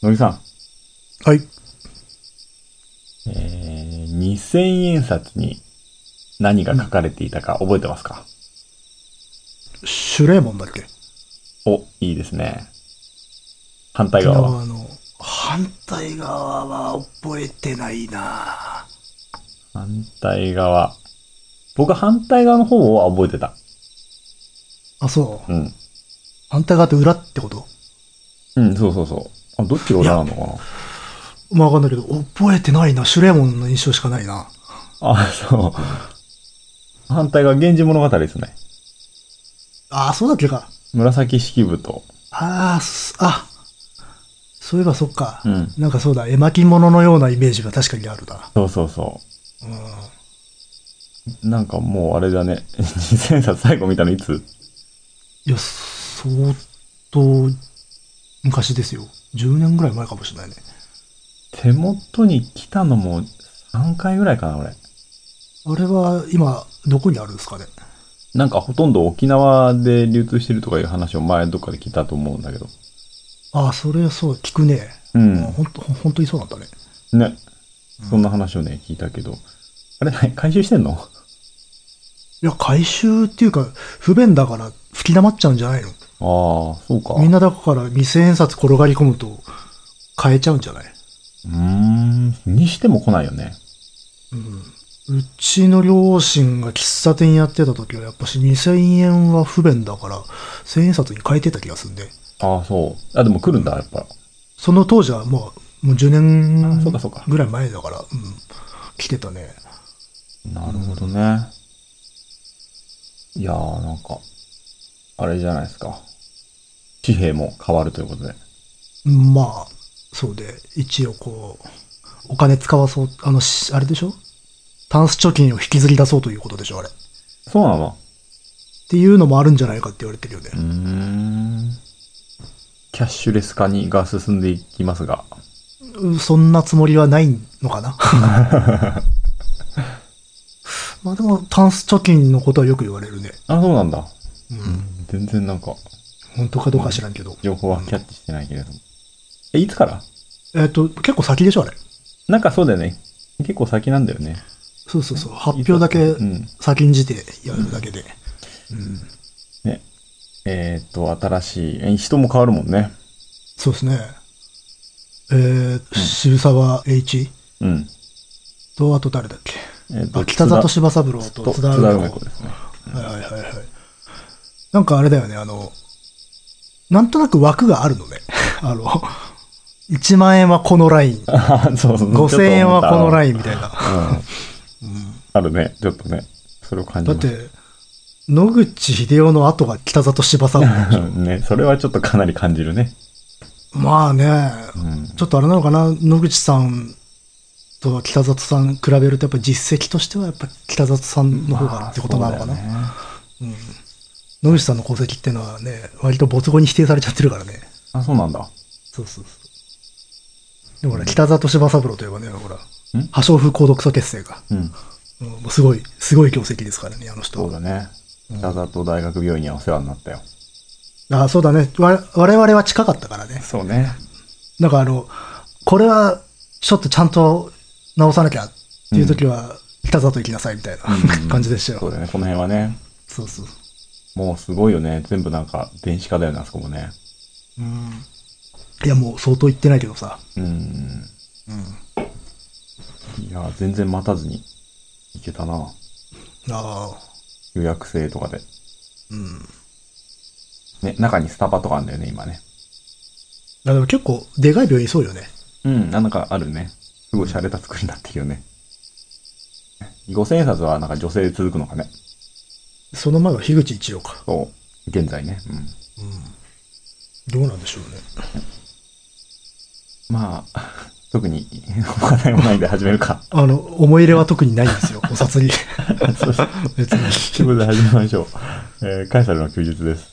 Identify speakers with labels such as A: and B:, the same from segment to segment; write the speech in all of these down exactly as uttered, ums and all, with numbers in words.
A: 野木さん、
B: はい。
A: えー、にせんえん札に何が
B: うん。
A: 書かれていたか覚えてますか？
B: シュレーモンだっけ？
A: お、いいですね。反対
B: 沖
A: 側は？
B: 縄の反対側は覚えてないな。
A: 反対側。僕は反対側の方は覚えてた。
B: あ、そう。
A: うん。
B: 反対側って裏ってこと？
A: うん、そうそうそう。あ、どっちが
B: いや、
A: 裏なのか
B: まあわかんないけど、覚えてないな。シュレーモンの印象しかないな。
A: なあ、そう。反対側、源氏物語ですね。
B: あ、そうだっけか。
A: 紫式部と。
B: あーすあ、そういえばそっか。
A: うん。
B: なんかそうだ、絵巻物のようなイメージが確かにあるな。
A: そうそうそ
B: うん。
A: う。なんかもうあれだね。にせん札最後見たのいつ？
B: いや、相当昔ですよ。じゅうねんぐらい前かもしれないね。
A: 手元に来たのもさんかいぐらいかな、俺。
B: あれは今、どこにあるんですかね。
A: なんかほとんど沖縄で流通してるとかいう話を前どっかで聞いたと思うんだけど。
B: ああ、それはそう、聞くね。あ、
A: うん。
B: ほんと、ほ本当にそうなんだね。
A: ね。
B: うん。
A: そんな話をね、聞いたけど。あれ、何回収してんの？
B: いや、回収っていうか、不便だから吹き溜まっちゃうんじゃないの？
A: ああ、そうか。
B: みんなだからにせんえん札転がり込むと買えちゃうんじゃない？
A: うーん。にしても来ないよね。
B: うちの両親が喫茶店やってた時はやっぱしにせんえんは不便だからせんえん札に変えてた気がするんで。
A: ああ、そう。あ、でも来るんだ、やっぱ。
B: その当時はもう、もう10
A: ああ、そう
B: 年
A: かそうか。
B: ぐらい前だから、うん、来てたね。
A: なるほどね。いやー、なんか、あれじゃないですか。紙幣も変わるということで。
B: まあ、そうで、一応こう、お金使わそう、あの、しあれでしょ？タンス貯金を引きずり出そうということでしょ、あれ。っ
A: そうなの？
B: ていうのもあるんじゃないかって言われてるよね。
A: うーん。キャッシュレス化にが進んでいきますが。
B: うそんなつもりはないのかな。まあでも、タンス貯金のことはよく言われるね。
A: あ、そうなんだ。うん。全然なんか、
B: 本当かどう
A: まあ、
B: か知らんけど。
A: 情報はキャッチしてないけれども。え、いつから？
B: えっと、結構先でしょ、あれ。
A: なんかそうだよね。結構先なんだよね。
B: そうそうそう。発
A: いつだった？
B: 表だけ
A: うん。
B: 先んじてやるだけで。
A: ね。えーっと、新しい、え人も変わるもんね。
B: そうですね。えー、
A: うん。
B: 渋沢栄一
A: うん。
B: と、あと誰だっけ？あ、
A: えーっと、
B: 北里
A: 津田、
B: 柴三郎と津
A: と、津田梅
B: 田梅子。
A: 子ですね。
B: はいはいはいはい。なんかあれだよね、あの、なんとなく枠があるのね。あの、いちまん円はこのライン、
A: あ、そうそう、ちょっ
B: 5000
A: と思った。
B: 円はこの
A: あの、
B: ラインみたいな。
A: うん。あるね。ちょっとね。それを感じまし
B: だって、野口英世の後が北里柴三郎でし
A: た。
B: ょ。
A: ね。それはちょっとかなり感じるね。
B: まあね、
A: うん。
B: ちょっとあれなのかな、野口さんと北里さん比べるとやっぱ実績としてはやっぱ北里さんの方が
A: まあ、
B: ってこと
A: そうだ
B: なのかな。
A: よね。
B: 野口さんの功績っていうのはね、割と没後に否定されちゃってるからね。
A: あ、そうなんだ。
B: そうそうそう。でもほら、北里柴三郎といえばね、ほら、
A: ん
B: 破傷風コードクソ結成が。
A: うん。
B: うん、もうすごい、すごい業績ですからね、あの人は。
A: そうだね。北里大学病院にはお世話になったよ。
B: あ、そうだね。わ我々は近かったからね。
A: そうね。
B: なんかあの、これはちょっとちゃんと直さなきゃっていう
A: うん。
B: 時は、北里行きなさいみたいな
A: うん。
B: 感じでしたよ。
A: そうだよね。この辺はね。
B: そうそう。
A: もうすごいよね。全部なんか電子化だよね、あそこもね。
B: うん。いや、もう相当言ってないけどさ。
A: うん。いや、全然待たずに行けたな。
B: ああ。
A: 予約制とかで。ね、中にスタバとかあるんだよね、今ね。
B: あ、でも結構、でかい病院そうよね。
A: うん、なんかあるね。すごい洒落た作りになってるよね。ごせんえん札はなんか女性で続くのかね。
B: その前は樋口一葉か。
A: そう。現在ね。うん。
B: どうなんでしょうね。
A: まあ、特に話題もないんで始めるか。
B: あの、思い入れは特にないんですよ、お札に。
A: そうそう。
B: 別に。
A: ということで始めましょう。えー、カエサルの休日です。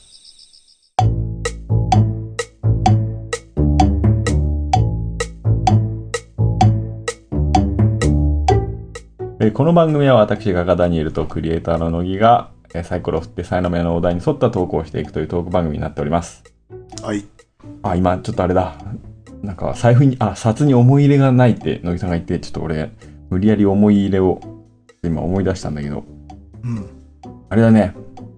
A: えーこの番組は私、ガガダニエルとクリエイターの乃木が、えーサイコロを振って才能目のお題に沿った投稿をしていくというトーク番組になっております。
B: はい。
A: あ、今ちょっとあれだ。 なんか財布に、あ、札に思い入れがないって乃木さんが言って、ちょっと俺、無理やり思い入れを今思い出したんだけど、
B: うん。
A: あれだね、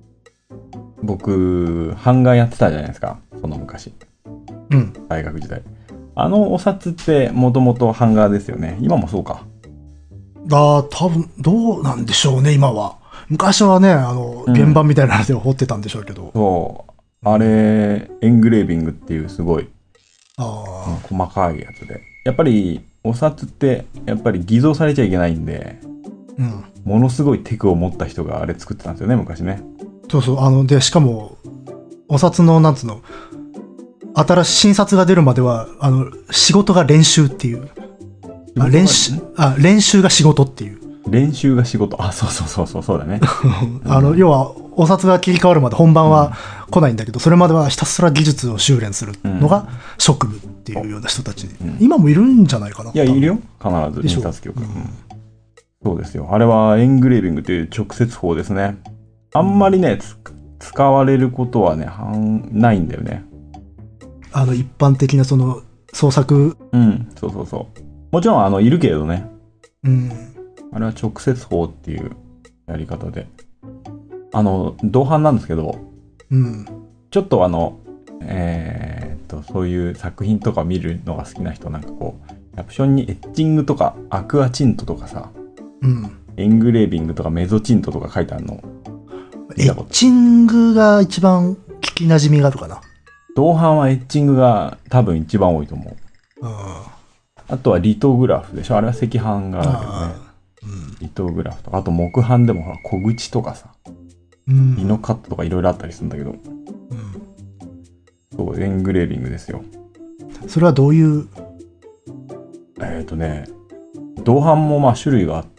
A: 僕、版画やってたじゃないですか、その昔。
B: うん。
A: 大学時代。あのお札ってもともと版画ですよね。今もそうか。
B: ああ、多分、どうなんでしょうね、今は。昔はね、あの、
A: うん
B: 原版みたいなので彫ってたんでしょうけど。
A: そう。あれ、エングレービングっていうすごい、うん
B: ああ、
A: 細かいやつで。やっぱり、お札って、やっぱり偽造されちゃいけないんで、
B: うん。
A: ものすごいテクを持った人があれ作ってたんですよね、昔ね。
B: そうそう、あの、で、しかも、お札の、なんつうの、新しい新札が出るまでは、あの、仕事が練習っていう。あ、練習、あ、練習が仕事っていう。
A: 練習が仕事。あ、そうそうそうそう、そうだね。
B: あの、要は、お札が切り替わるまで本番は来ないんだけど、それまではひたすら技術を修練するのが職務っていうような人たち。
A: ん
B: 今もいるんじゃないかな。
A: いや、いるよ。必ず、
B: でしょ
A: 印刷局。
B: う
A: うんそうですよ。あれはエングレービングという直接法ですね。あんまりね、つ使われることはね、はんないんだよね。
B: あの、一般的なその、創作、
A: うん、そうそうそう。もちろん、あの、いるけれどね。
B: うん、
A: あれは直接法っていうやり方で。あの、同伴なんですけど、
B: うん、
A: ちょっとあの、えーっと、そういう作品とか見るのが好きな人なんかこう、キャプションにエッチングとかアクアチントとかさ、
B: うん。
A: エングレービングとかメゾチントとか書いてあるの。
B: エッチングが一番聞き馴染みがあるかな。
A: 同伴はエッチングが多分一番多いと思う。
B: うん。
A: あとはリトグラフでしょ。あれは赤版があるけどね。
B: うん。
A: リトグラフとか、あと木版でもほら小口とかさ、
B: うん。
A: イノカットとかいろいろあったりするんだけど、
B: うん。
A: そう、エングレービングですよ。
B: それはどういう、
A: えっとね、銅版もまあ種類があって、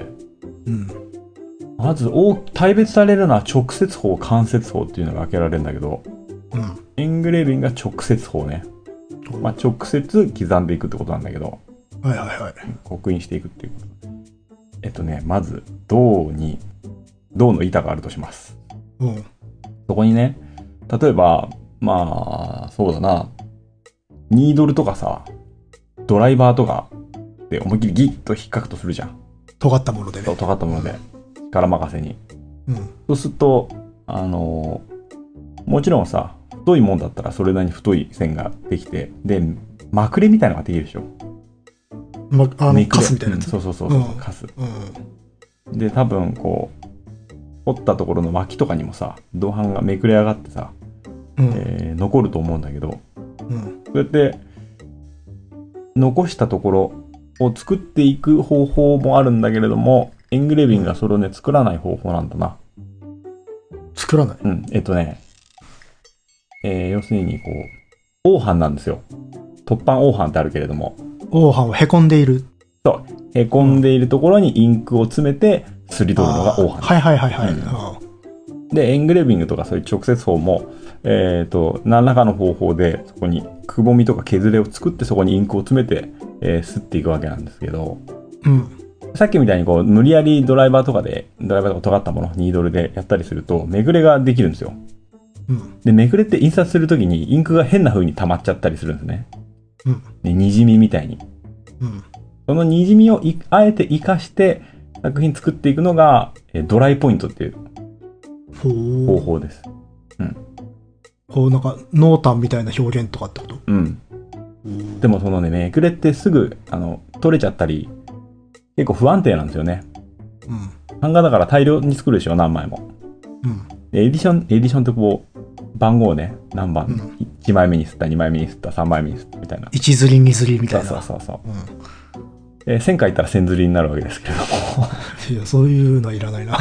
B: うん。
A: まず大大別されるのは直接法、間接法っていうのが分けられるんだけど、
B: うん。
A: エングレービングが直接法ね。まあ、直接刻んでいくってことなんだけど、
B: はいはいはい。
A: 刻印していくっていうこと。えっとね、まず銅に、銅の板があるとします。
B: うん。
A: そこにね、例えば、まあ、そうだな、ニードルとかさ、ドライバーとかで思いっきりギッと引っかくとするじゃん。
B: 尖ったものでね。
A: 尖ったもので、力任せに。
B: うん。
A: そうすると、あのーもちろんさ、太いもんだったらそれなりに太い線ができて、で、まくれみたいなのができるでしょ。
B: ま、あの、
A: めくれ
B: カスみたいなやつ。
A: うんそうそうそうそう、
B: うん
A: カス。
B: うん。
A: で、多分こう、折ったところの脇とかにもさ、銅版がめくれ上がってさ、
B: うん。
A: えー残ると思うんだけど、
B: うん。
A: そうやって残したところを作っていく方法もあるんだけれども、エングレービングがそれをね、作らない方法なんだな。
B: 作らない。
A: うん、えっとね、えー要するにこう、黄版なんですよ。突版黄版ってあるけれども、
B: 黄斑はへこんでいる。
A: へこんでいるところにインクを詰めて、すり取るのが黄版。
B: はいはいはいはい。
A: うん
B: あ
A: で、エングレービングとかそういう直接法も、えっ、と、何らかの方法で、そこにくぼみとか削れを作って、そこにインクを詰めて、えー、吸っていくわけなんですけど、
B: うん。
A: さっきみたいにこう、無理やりドライバーとかで、ドライバーとか尖ったもの、ニードルでやったりすると、めぐれができるんですよ。
B: うん。
A: で、めぐれって印刷するときにインクが変な風に溜まっちゃったりするんですね。
B: うん。
A: で、にじみみたいに。
B: うん。
A: そのにじみをいあえて活かして作品作っていくのが、えードライポイントっていう
B: ほう。
A: 方法です。
B: こうなんか、濃淡みたいな表現とかってこと？
A: うん。でもそのね、めくれってすぐ、あの、取れちゃったり、結構不安定なんですよね。
B: うん。
A: 版画だから大量に作るでしょ、何枚も。
B: うん。
A: でエディション、エディションってこう、番号をね、何番、
B: うん
A: いちまいめに吸った、にまいめに吸った、さんまいめに吸ったみたいな。
B: 一釣り二釣りみた
A: そ
B: いうな。
A: そうそうそう。
B: うん。
A: えー、せん書いたら線釣りになるわけですけれども。
B: いや、そういうのはいらないな。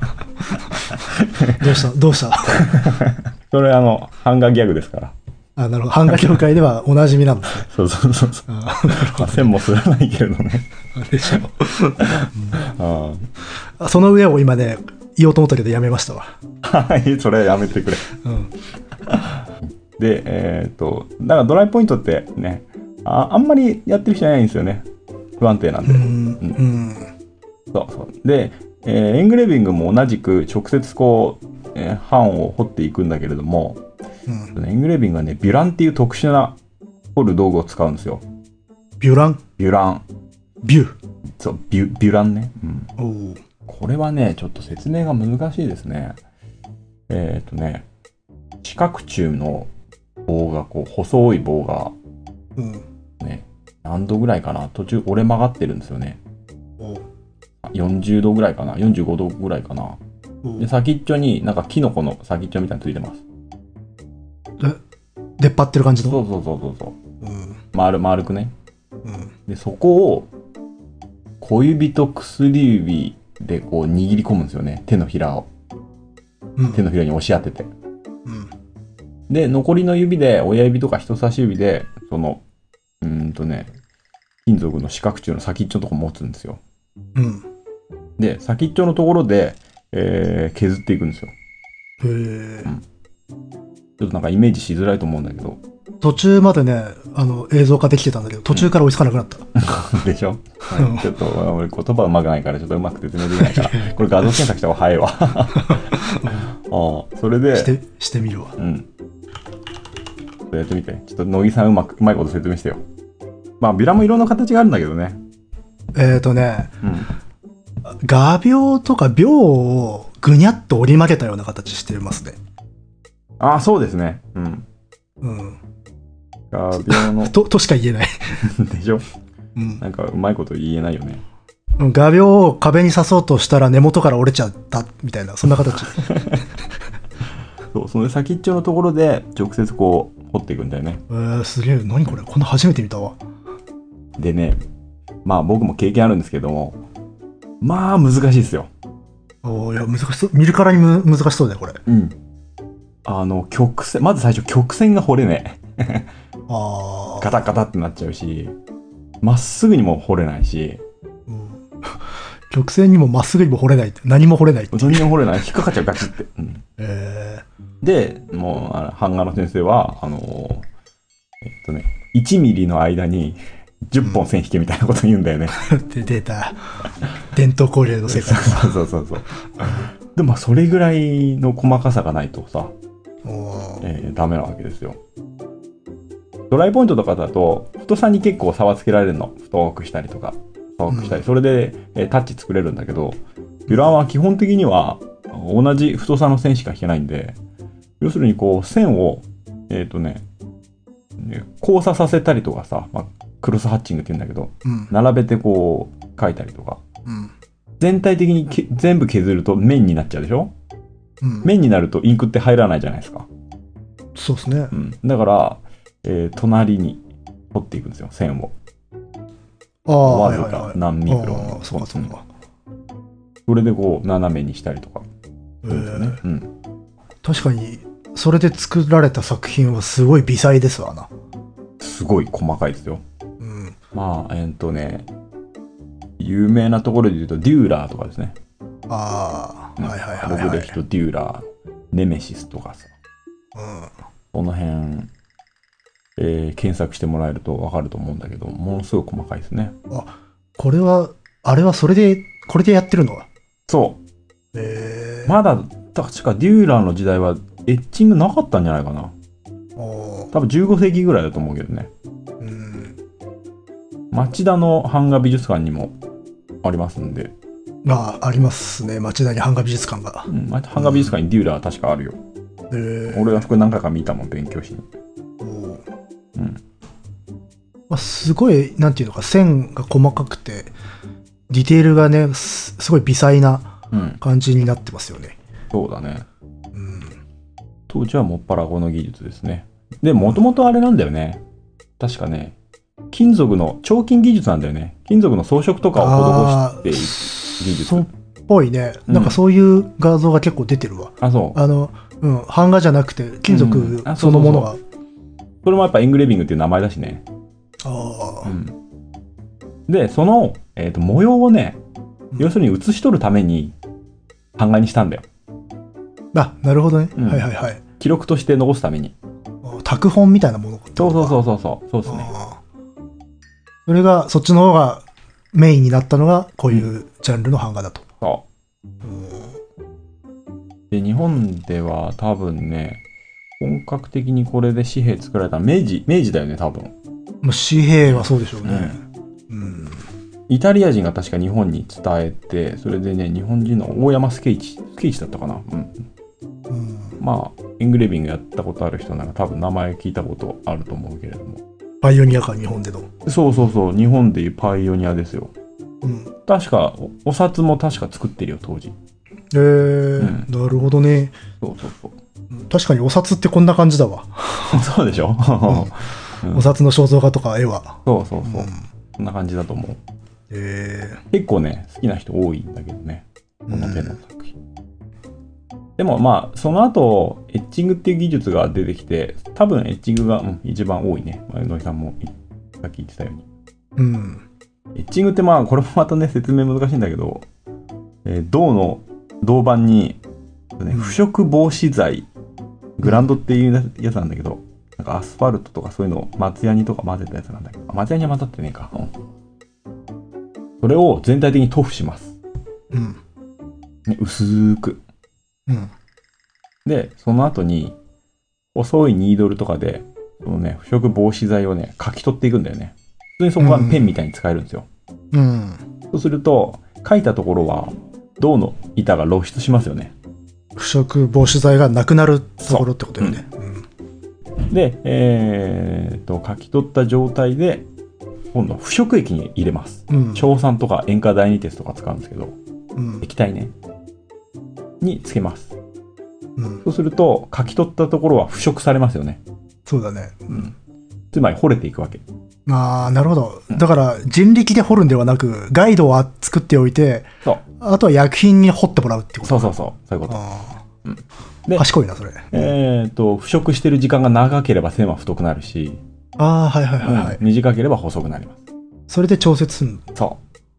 B: どうしたどうした
A: それあの、版画ギャグですから。
B: あ、なるほど。版画協会ではおなじみなんですね。
A: そうそうそうそう。
B: あなるほ
A: まあ、線もすらないけれどね。
B: ど。でしょ
A: あ
B: あその上を今ね、言おうと思ったけどやめましたわ。
A: あ。はい、それはやめてくれ。
B: うん。
A: で、えっ、と、だからドライポイントってね、ああんまりやってる人いないんですよね。不安定なんで。
B: うん。うん。
A: そうそう。で、えーエングレービングも同じく直接こう、えー版を彫っていくんだけれども、
B: うん。
A: エングレービングはね、ビュランっていう特殊な掘る道具を使うんですよ。
B: ビュラン
A: ビュラン。
B: ビュ
A: そう、ビュ、ビュランね。うん。
B: おお。
A: これはね、ちょっと説明が難しいですね。えっ、ー、とね、四角柱の棒が、こう、細い棒が、
B: うん。
A: ね、何度ぐらいかな、途中折れ曲がってるんですよね。
B: お
A: よんじゅうどぐらいかな、よんじゅうごどぐらいかな。で、先っちょになんかキノコの先っちょみたいについてます。
B: え、出っ張ってる感じの？
A: そうそうそうそうそう。
B: うん。
A: 丸、丸くね。
B: うん。
A: で、そこを小指と薬指でこう握り込むんですよね。手のひらを。
B: うん、
A: 手のひらに押し当てて。
B: うん。
A: で、残りの指で、親指とか人差し指で、その、うーんとね、金属の四角柱の先っちょのとこ持つんですよ。
B: うん。
A: で、先っちょのところで、えー、削っていくんですよ。
B: へえ、うん。
A: ちょっとなんかイメージしづらいと思うんだけど。
B: 途中までね、あの、映像化できてたんだけど、途中から追いつかなくなった。
A: うん、でしょ、はい、ちょっと、俺言葉うまくないから、ちょっとうまく説明できないから、これ画像検索した方が早いわ。ああ、それで。
B: して、してみるわ。
A: うん。やってみて。ちょっと乃木さんうまく、うまいこと説明してよ。まあ、ビラもいろんな形があるんだけどね。
B: えーとね、
A: うん、
B: 画鋲とか鋲をぐにゃっと折り曲げたような形してますね。
A: ああ、そうですね。うん。
B: うん。
A: 画鋲の。
B: と、としか言えない。
A: でしょ、
B: うん。
A: なんかうまいこと言えないよね。
B: 画鋲を壁に刺そうとしたら根元から折れちゃったみたいな、そんな形。
A: そう、その先っちょのところで直接こう掘っていくんだよね。
B: えー、すげえ。何これ、こんな初めて見たわ。
A: でね、まあ僕も経験あるんですけども、まあ難しいですよ。
B: おー、いや、難しそう。見るからにむ難しそうだよ、これ。
A: うん。あの、曲線、まず最初曲線が掘れねえ。
B: ああ。
A: ガタガタってなっちゃうし、まっすぐにも掘れないし、
B: うん、曲線にもまっすぐにも掘れないって、何も掘れないって。
A: 何も掘れない。引っかかっちゃう、ガチって。うん、
B: え
A: ー、で、もう、あの版画の先生は、あのー、えっとね、いちミリの間にじゅっぽん線引けみたいなこと言うんだよね。
B: で、出た。伝統工芸の世界。
A: そうそうそうそう。でも、それぐらいの細かさがないとさ、えー、ダメなわけですよ。ドライポイントとかだと、太さに結構差はつけられるの。太くしたりとか、細くしたり。うん、それで、えー、タッチ作れるんだけど、ビュランは基本的には同じ太さの線しか引けないんで、要するにこう、線を、えっとね、交差させたりとかさ、まあ、クロスハッチングって言うんだけど、うん、並べてこう、書いたりとか、うん、全体的にけ全部削ると面になっちゃうでしょ、うん、面になるとインクって入らないじゃないですか。
B: そうですね。
A: うん、だから、えー、隣に掘っていくんですよ、線を。
B: ああ、
A: わずか何ミクロンの。
B: そうかそうか。
A: それでこう、斜めにしたりとか。
B: えーうん、確かに、それで作られた作品はすごい微細ですわな。
A: すごい細かいですよ。うん、まあ、えっとね、有名なところで言うと、デューラーとかですね。
B: ああ、うん、はいはいはい、はい。
A: ロブレヒト・デューラー、ネメシスとかさ。うん。その辺、えー、検索してもらえると分かると思うんだけど、ものすごい細かいですね。
B: あ、これは、あれはそれで、これでやってるの？
A: そう。
B: へえー。
A: まだ、確かデューラーの時代はエッチングなかったんじゃないかな。多分じゅうご世紀ぐらいだと思うけどね。うん。町田の版画美術館にもありますんで。
B: まあ、ありますね。町田に版画美術館が。
A: うん、版画美術館にデューラーは確かあるよ。へ、うん、俺はこれ何回か見たもん、勉強しに。
B: うん、まあ、すごい、なんていうのか、線が細かくて、ディテールがね、す, すごい微細な感じになってますよね。
A: うん、そうだね。うん、当時はもっぱらこの技術ですね。で、もともとあれなんだよね。確かね、金属の、彫金技術なんだよね。金属の装飾とかを施していく技術。
B: そうっぽいね。なんかそういう画像が結構出てるわ。
A: あ、そう。
B: あの、うん、版画じゃなくて、金属そのものが。
A: それもやっぱエングレービングっていう名前だしね。ああ、うん。で、その、えーと、模様をね、要するに写し取るために版画にしたんだよ。
B: あ、なるほどね。うん、はいはいはい。
A: 記録として残すために。
B: 拓本みたいなもの。
A: そうそうそうそうそう。そうですね。
B: それが、そっちの方がメインになったのが、こういうジャンルの版画だと。そう。
A: で、日本では多分ね、本格的にこれで紙幣作られたの明治、明治だよね、多分。
B: まあ、紙幣はそうでしょうね。
A: うん。うん、イタリア人が確か日本に伝えて、それでね、日本人の大山スケイチ、スケイチだったかな。うん。うん、まあ、エングレービングやったことある人なら多分名前聞いたことあると思うけれども。
B: パイオニアか、日本での。
A: そうそうそう、日本でいうパイオニアですよ。うん。確か、お札も確か作ってるよ、当時。へ
B: えー、うん、なるほどね。
A: そうそうそう。
B: 確かにお札ってこんな感じだわ。
A: そうでしょ、
B: うん、お札の肖像画とか絵は。
A: そうそうそう。うん、こんな感じだと思う。
B: えー、
A: 結構ね、好きな人多いんだけどね。この手の作品。でもまあ、その後、エッチングっていう技術が出てきて、多分エッチングが、うん、一番多いね。野井さんもさっき言ってたように。うん。エッチングってまあ、これもまたね、説明難しいんだけど、えー、銅の、銅板に、ね、腐食防止剤、グランドっていうやつなんだけど、なんかアスファルトとかそういうのを松ヤニとか混ぜたやつなんだけど、松ヤニは混ざってねえか。うん。それを全体的に塗布します。うん。ね、薄く。うん。で、その後に、細いニードルとかで、そのね、腐食防止剤をね、書き取っていくんだよね。普通にそこはペンみたいに使えるんですよ。うん。そうすると、書いたところは、銅の板が露出しますよね。
B: 腐食防止剤がなくなるところってことよね。
A: うん、で、えー、っと、書き取った状態で、今度は腐食液に入れます。うん、硝酸とか塩化第二鉄とか使うんですけど、うん、液体ね。につけます。うん、そうすると、書き取ったところは腐食されますよね。
B: そうだね。
A: うん、つまり、掘れていくわけ。
B: ああ、なるほど。だから、人力で掘るんではなく、ガイドを作っておいて、そう。あとは薬品に掘ってもらうってこと。
A: そうそうそう。そういうこと。
B: うん、で、賢いな、それ。
A: えっと、腐食してる時間が長ければ線は太くなるし、
B: ああ、はいはいはい、はい、
A: うん。短ければ細くなります。
B: それで調節するの？
A: そう。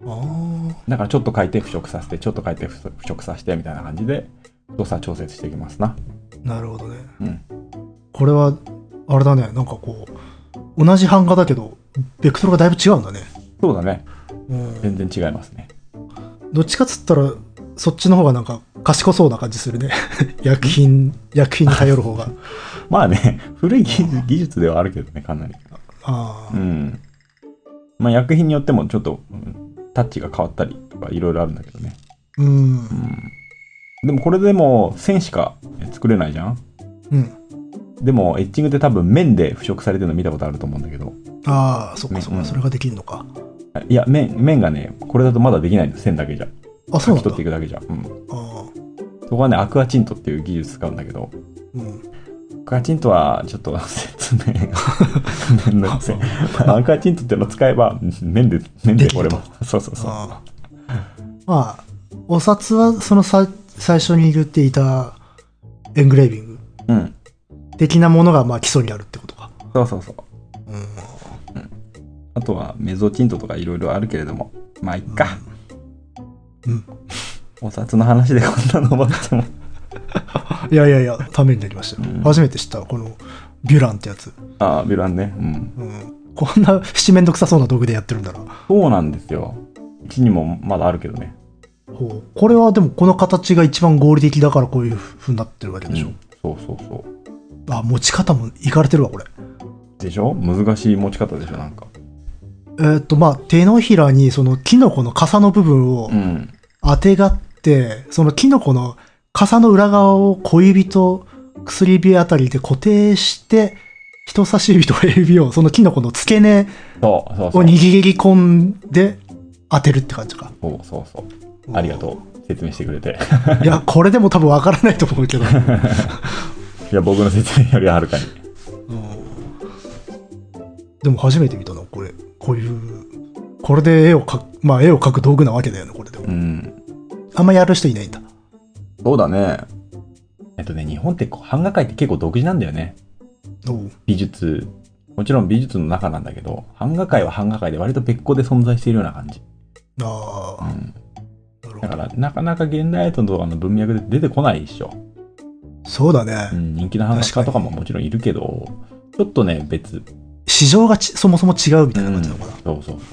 A: ああ。だからちょっと書いて腐食させて、ちょっと書いて腐食させてみたいな感じで、太さ調節していきますな。
B: なるほどね。うん。これは、あれだね、なんかこう、同じ版画だけど、ベクトルがだいぶ違うんだね。
A: そうだね。うん、全然違いますね。
B: どっちかっつったら、そっちの方がなんか賢そうな感じするね。薬品、薬品に頼る方が。
A: まあね、古い技術ではあるけどね、かなり。ああ。うん。まあ薬品によってもちょっと、うん、タッチが変わったりとかいろいろあるんだけどね。うん。うん、でもこれでも線しか作れないじゃん。うん。でもエッチングって多分面で腐食されてるの見たことあると思うんだけど。
B: ああ、そっかそっか、うん、それができるのか。
A: いや、面、面がね、これだとまだできないんです、線だけじゃ。
B: あ、そうなんだ。
A: 書き取っていくだけじゃ。うん。あそこはね、アクアチントっていう技術使うんだけど、うん。アクアチントはちょっと説明がめんどくせえ。アクアチントっていうのを使えば、面で、面でこれも。そうそうそう。あ
B: まあ、お札はそのさ最初に言っていたエングレービング。うん。的なものがまあ基礎にあるってことか。
A: そうそうそう。うん。うん、あとはメゾチントとかいろいろあるけれども、まあいっか。うん。うん、お札の話でこんなのばっても。
B: いやいやいや、ためになりましたよ。うん、初めて知った、このビュランってやつ。
A: ああ、ビュランね。うん。うん、
B: こんな七面倒くさそうな道具でやってるんだな。
A: そうなんですよ。うちにもまだあるけどね。
B: ほう。これはでもこの形が一番合理的だからこういう風になってるわけでしょ。うん、
A: そうそうそう。
B: あ、持ち方もいかれてるわ、これ。
A: でしょ？難しい持ち方でしょ、なんか。
B: えー、っと、まあ、手のひらにそのキノコの傘の部分を当てがって、うん、そのキノコの傘の裏側を小指と薬指あたりで固定して、人差し指と親指をそのキノコの付け根を握り込んで当てるって感じか。
A: そうそうそう。ありがとう。説明してくれて。
B: いや、これでも多分わからないと思うけど。
A: いや、僕の説明よりはるかに。
B: でも初めて見たな、これ。こういう、これで絵を描く、まあ絵を描く道具なわけだよね、これでも。うん。あんまやる人いないんだ。
A: そうだね。えっとね、日本って版画界って結構独自なんだよね。美術。もちろん美術の中なんだけど、版画界は版画界で割と別個で存在しているような感じ。ああ。うん。だから、なかなか現代アートとかの文脈で出てこないでしょ。
B: そうだね。
A: うん、人気の版画家とかももちろんいるけど、ちょっとね、別。
B: 市場がそもそも違うみたいな感じなのかな、
A: うん、そうそうそう。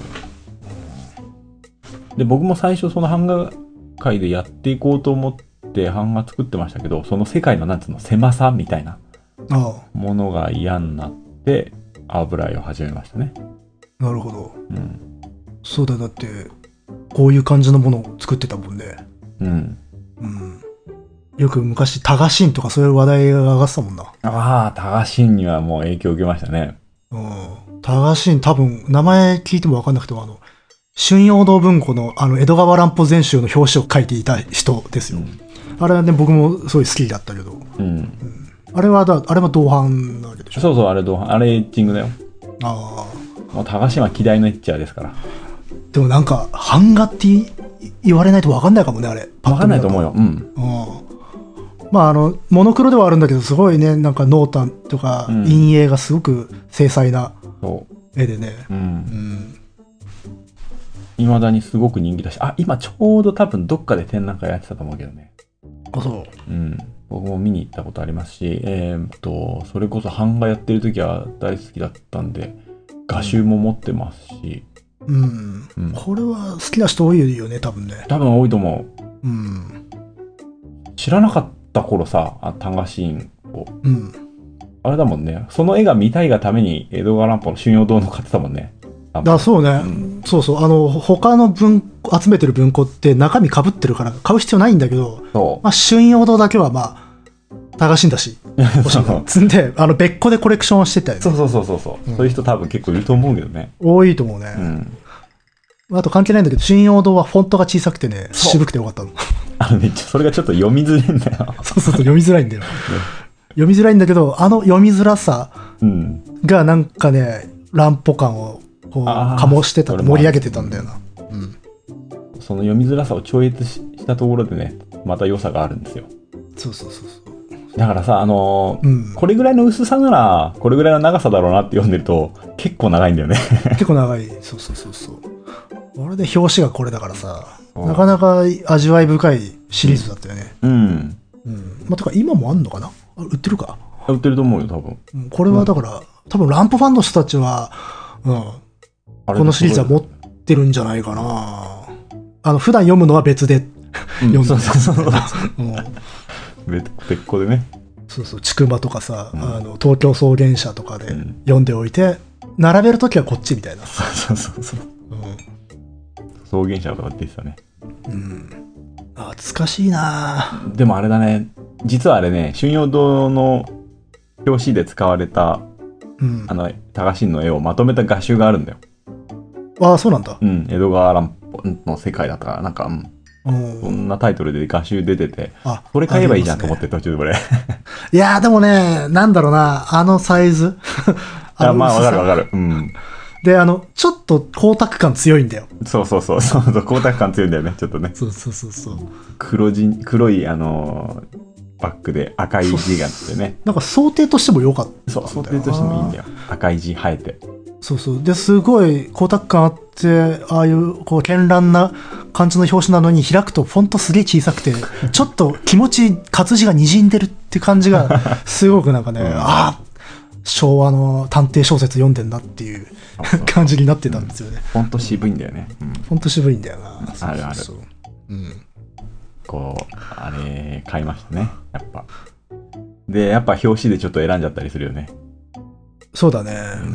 A: で、僕も最初その版画界でやっていこうと思って版画作ってましたけど、その世界のなんつうの狭さみたいなものが嫌になって、 油絵を始めましたね。
B: なるほど。
A: うん。
B: そうだ、だって、こういう感じのものを作ってたもんね。
A: うん。
B: うん。よく昔、タガシンとかそういう話題が上がってたもんな。
A: ああ、タガシンにはもう影響を受けましたね。
B: うん。タガシン多分、名前聞いても分かんなくても、あの、春陽堂文庫のあの江戸川乱歩全集の表紙を書いていた人ですよ。うん、あれはね、僕もすごい好きだったけど。うん。うん、あれはだ、あれは同伴なわけでしょ。
A: そうそう、あれ同伴。あれエッチングだよ。
B: あ
A: あ。もうタガシンは希代のエッチャーですから。
B: でもなんか、版画って言われないと分かんないかもね、あれ。
A: 分かんないと思うよ。うん。うん。
B: まあ、あの、モノクロではあるんだけど、すごいね、なんか濃淡とか、陰影がすごく精細な絵でね。うん。うん
A: いまだにすごく人気だし、あ、今ちょうど多分どっかで展覧会やってたと思うけどね。
B: あ、そう。
A: うん。僕も見に行ったことありますし、えー、っと、それこそ版画やってる時は大好きだったんで、画集も持ってますし。
B: うん。うん、これは好きな人多いよね、多分ね。
A: 多分多いと思
B: う。うん。
A: 知らなかった頃さ、あタガシーンを。
B: うん。
A: あれだもんね。その絵が見たいがために江戸川乱歩の春陽堂の買ってたもんね。
B: だそうね、うん、そうそう、あの他の文集めてる文庫って中身かぶってるから買う必要ないんだけど、
A: そう
B: まあ、春陽堂だけはまあタガシンだし欲しいの積んであの別個でコレクションしてたよね。
A: そうそうそうそうそう、うん、そういう人多分結構いると思うけどね。
B: 多いと思うね、うん、あと関係ないんだけど春陽堂はフォントが小さくてね渋くてよかったの。
A: あのねそれがちょっと読みづらいんだよ。
B: そうそうそう読みづらいんだよ、ね、読みづらいんだけどあの読みづらさがなんかね乱歩感をこう醸してた、盛り上げてたんだよな、うん、
A: その読みづらさを超越したところでねまた良さがあるんですよ。
B: そうそうそうそう
A: だからさあのーうん、これぐらいの薄さならこれぐらいの長さだろうなって読んでると結構長いんだよね。
B: 結構長い。そうそうそうそうあれで表紙がこれだからさなかなか味わい深いシリーズだったよね。
A: うん、うん
B: うん、まあ、てか今もあんのかな売ってるか
A: 売ってると思うよ多分。
B: これはだから、うん、多分ランプファンの人たちはうんこのシリーズは持ってるんじゃないかな。あの普段読むのは別で読んでる、うん、そうそうそう
A: 別個でね。
B: そうそうちくまとかさ、うん、あの東京草原社とかで読んでおいて、うん、並べるときはこっちみたいな。
A: そうそうそうそう、うん、草原社とか出てたね。
B: うん懐かしいな。
A: でもあれだね実はあれね春陽堂の表紙で使われた、うん、あのタガシンの絵をまとめた画集があるんだよ。
B: ああそうなんだ。
A: うん江戸川乱歩の世界だったからなんか、うん、そんなタイトルで画集出ててあこれ買えばいいじゃんと思って、ね、途中でこれ
B: いやーでもねなんだろうなあのサイズ
A: あのまあわかるわかる。うん
B: であのちょっと光沢感強いんだよ。
A: そうそうそうそう光沢感強いんだよねちょっとね。
B: そうそうそうそう
A: 黒地黒いあのー、バックで赤い字があってね
B: なんか想定としても良かった。
A: そう想定としてもいいんだよ赤い字生えて。
B: そうそうですごい光沢感あってああいうこう絢爛な感じの表紙なのに開くとフォントすげえ小さくてちょっと気持ち活字が滲んでるって感じがすごくなんかね、うん、ああ昭和の探偵小説読んでんなっていう感じになってたんですよね。
A: フォント渋いんだよね、うん、
B: フォント渋いんだよな。
A: あるあるそう、うん、こうあれ買いましたねやっぱ。でやっぱ表紙でちょっと選んじゃったりするよね。
B: そうだね、
A: うん、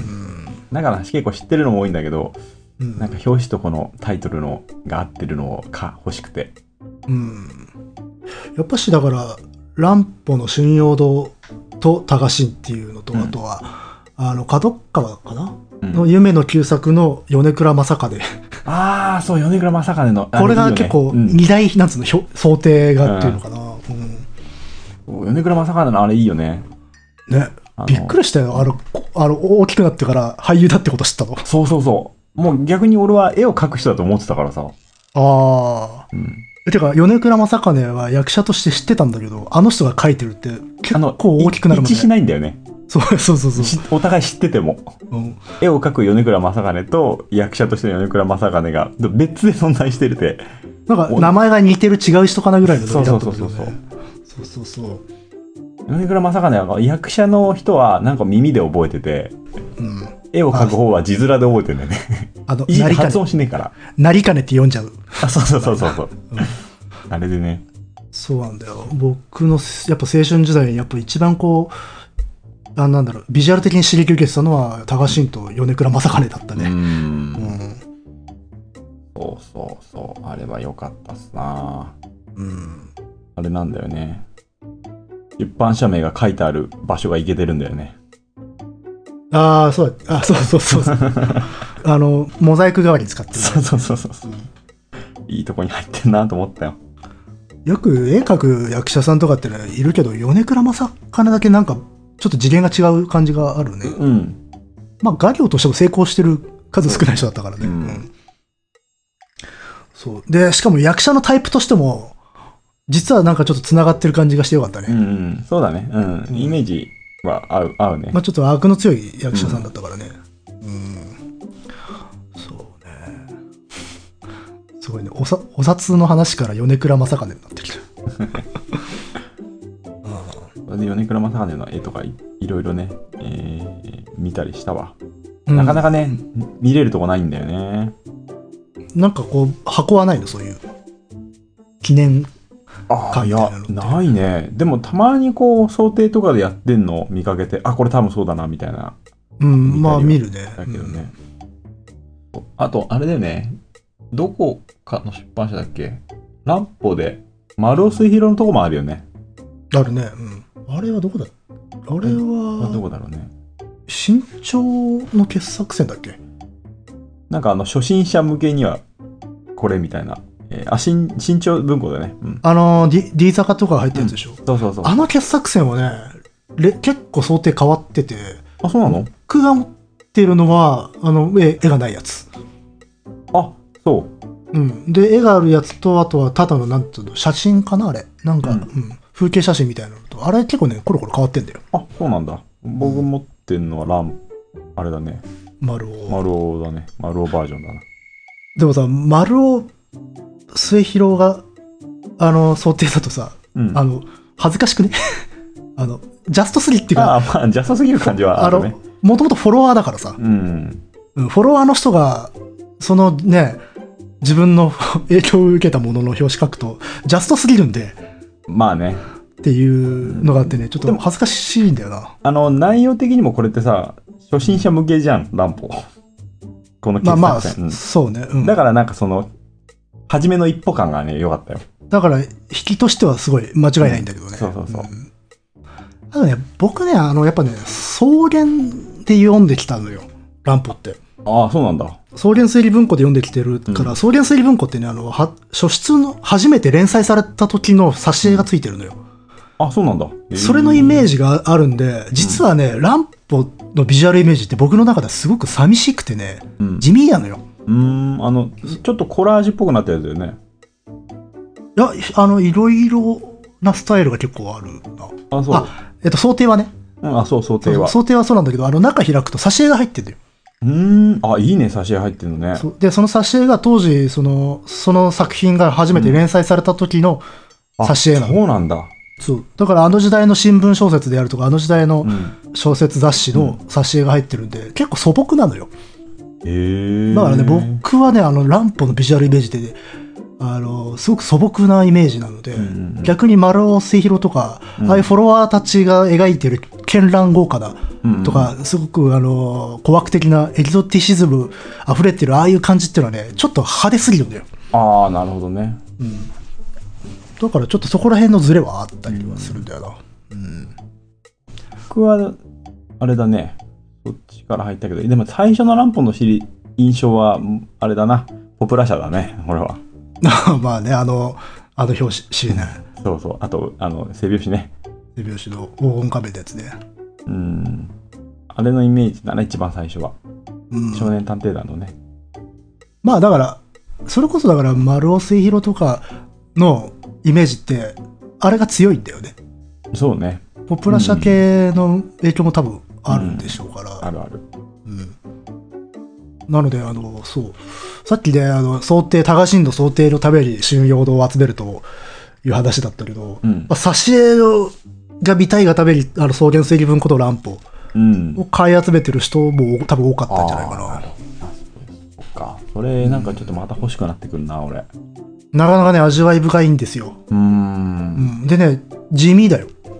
A: だから結構知ってるのも多いんだけど、うん、なんか表紙とこのタイトルのが合ってるのをか欲しくて、
B: うん、やっぱしだから乱歩の春陽堂とタガシンっていうのと、うん、あとはあの角川かな、うん、の夢の旧作の米倉正景
A: ああそう米倉正景の
B: これが結構二大、うん、なんつうの想定がっていうのかな、
A: うんうん、米倉正景のあれいいよね。
B: ねびっくりしたよ。あの、あの、大きくなってから俳優だってこと知ったの。
A: そうそうそう。もう逆に俺は絵を描く人だと思ってたからさ。あ
B: あ。うん。てか、米倉正景は役者として知ってたんだけど、あの人が描いてるって結構大きくなるもんね。
A: 一致しないんだよね。
B: そうそうそうそう。
A: お互い知ってても。うん、絵を描く米倉正景と役者としての米倉正景が別で存在してるって。
B: なんか名前が似てる違う人かなぐらいのノリだったんだよね。
A: そうそうそう
B: そう。そうそうそう。
A: 米倉正景は役者の人はなんか耳で覚えてて、うん、絵を描く方は字面で覚えてるんだよね。あの発音しねえから。
B: 成金って読んじゃう。
A: あそうそうそうそうそう、うん、あれでね。
B: そうなんだよ。僕のやっぱ青春時代にやっぱ一番こうあ、なんだろう、ビジュアル的に刺激を受けてたのは、高進と米倉正兼だったね。
A: うん。
B: うん。
A: そうそうそう。あれは良かったっすな。
B: うん。
A: あれなんだよね。出版社名が書いてある場所がいけてるんだよね。
B: ああ、そうだ。あ、そうそうそうそう。あの、モザイク代わりに使ってる、ね。
A: そうそうそうそう。いいとこに入ってんなと思ったよ。
B: よく絵描く役者さんとかってね、いるけど、米倉正兼だけなんか、ちょっと次元が違う感じがあるね。
A: うん。
B: まあ、画業としても成功してる数少ない人だったからね。うんうん、そう。で、しかも役者のタイプとしても、実はなんかちょっと繋がってる感じがしてよかったね。
A: うん、うん、そうだね。うん。イメージは合う、合うね。
B: まあちょっと悪の強い役者さんだったからね。うん。うん、そうね。すごいね。おさ、お札の話から米倉正兼になってきた。
A: それで米倉正兼の絵とか い, いろいろね、えー、見たりしたわ。なかなかね、うん、見れるとこないんだよね。
B: なんかこう、箱はないのそういう。記念。
A: ああ、いや、ないね。でもたまにこう、想定とかでやってんの見かけて、あ、これ多分そうだな、みたいな。
B: うん、まあ見るね。
A: だけどね。うん、あと、あれだよね。どこかの出版社だっけ？乱歩で、丸尾末広のとこもあるよね。
B: あるね。うん。あれはどこだ？あれは、
A: どこだろうね。
B: 新潮の傑作選だっけ？
A: なんかあの、初心者向けには、これみたいな。えー、あ、新、新潮文庫だね。うん、あ
B: の、D、D 坂とか入ってるやつでしょ、うん。
A: そうそうそう。
B: あの傑作選はね、結構想定変わってて。
A: あ、そうなの？
B: 僕が持ってるのは、あの、絵、絵がないやつ。
A: あ、そう。
B: うん。で、絵があるやつと、あとはただの、なんていうの、写真かなあれ。なんか、うん、うん。風景写真みたいなのと。あれ結構ね、コロコロ変わってんだよ。
A: あ、そうなんだ。僕持ってんのはラン、あれだね。
B: 丸尾。
A: 丸尾だね。丸尾バージョンだな。
B: でもさ、丸尾末広が、あの、想定だとさ、うん、あの、恥ずかしくねあの、ジャストすぎっていうか、
A: ああ、まあ、ジャストすぎる感じはあるね。あの、
B: もともとフォロワーだからさ、
A: うん、
B: フォロワーの人が、そのね、自分の影響を受けたものの表紙書くと、ジャストすぎるんで、
A: まあね。
B: っていうのがあってね、ちょっと恥ずかしいんだよな。
A: あの、内容的にもこれってさ、初心者向けじゃん、乱歩。この傑作選。まあまあ、
B: うん、そうね、うん。
A: だからなんかその、初めの一歩感がね、良かったよ。
B: だから、引きとしてはすごい間違いないんだけどね。うん、
A: そうそうそう。うん、
B: あとね、僕ね、あの、やっぱね、草原で読んできたのよ、乱歩って。
A: ああ、そうなんだ。
B: 草原推理文庫で読んできてるから、うん、草原推理文庫ってね、あの、は、初出の、初めて連載された時の挿絵がついてるのよ。
A: あ、そうなんだ。
B: それのイメージがあるんで、実はね、うん、乱歩のビジュアルイメージって僕の中ではすごく寂しくてね、うん、地味なのよ。
A: うーん、あの、ちょっとコラージュっぽくなったやつだよね。
B: いや、あの、いろいろなスタイルが結構あるな。
A: あ、そう。あ、
B: えっと、想定はね。
A: うん、あ、そう、想定は。
B: 想定はそうなんだけど、あの、中開くと挿絵が入ってるんだよ。
A: うーん、あ、いいね、挿絵入ってるのね。
B: そうで、その挿絵が当時、その、その作品が初めて連載された時の挿絵なの。
A: うん、そうなんだ。
B: そう。だからあの時代の新聞小説であるとか、あの時代の小説雑誌の挿絵が入ってるんで、結構素朴なのよ。
A: へー。
B: だからね、僕はね、あの、乱歩のビジュアルイメージで、ね、あの、すごく素朴なイメージなので、うんうんうん、逆に丸尾末広とか、うん、ああいうフォロワーたちが描いてる絢爛豪華だとか、うんうん、すごくあの、古惑的なエキゾティシズム溢れてるああいう感じっていうのはね、ちょっと派手すぎるんだよ。
A: ああ、なるほどね。
B: うん。だからちょっとそこら辺のズレはあったりはするんだよな。うん。うん、
A: 僕は、あれだね、そっちから入ったけど、でも最初の乱歩の印象は、あれだな、ポプラ社だね、俺は。
B: まあね、あの、あの表紙ね。
A: そうそう。あと、あの、背表紙ね。
B: 背表紙の黄金壁ってやつね。
A: うん。あれのイメージだね、一番最初は。うん、少年探偵団のね。
B: まあだから、それこそだから、丸尾末広とかのイメージって、あれが強いんだよね。
A: そうね。
B: ポプラ社系の影響も多分あるんでしょうから。
A: うん、あるある。
B: うん。なので、あの、そう。さっきで、あの、想定、高進度想定のために春陽堂を集めるという話だったけど、うん、まあ、挿絵が見たいがために、あの、草原推理文庫と乱歩を買い集めてる人も多分多かったんじゃないかな。
A: うん、そっか。それ、なんかちょっとまた欲しくなってくるな、俺。
B: なかなかね、味わい深いんですよ。
A: うーん。
B: うん。でね、地味だよ。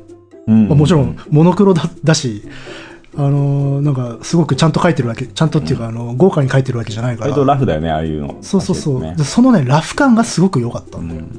A: うんうんうん、
B: まあ、もちろんモノクロ だ, だし、あのー、なんかすごくちゃんと描いてるわけ、ちゃんとっていうか、うん、あの豪華に描いてるわけじゃないから。
A: 割とラフだよね、ああいうの。
B: そうそうそう、ね、でそのねラフ感がすごく良かったんだよ、うん、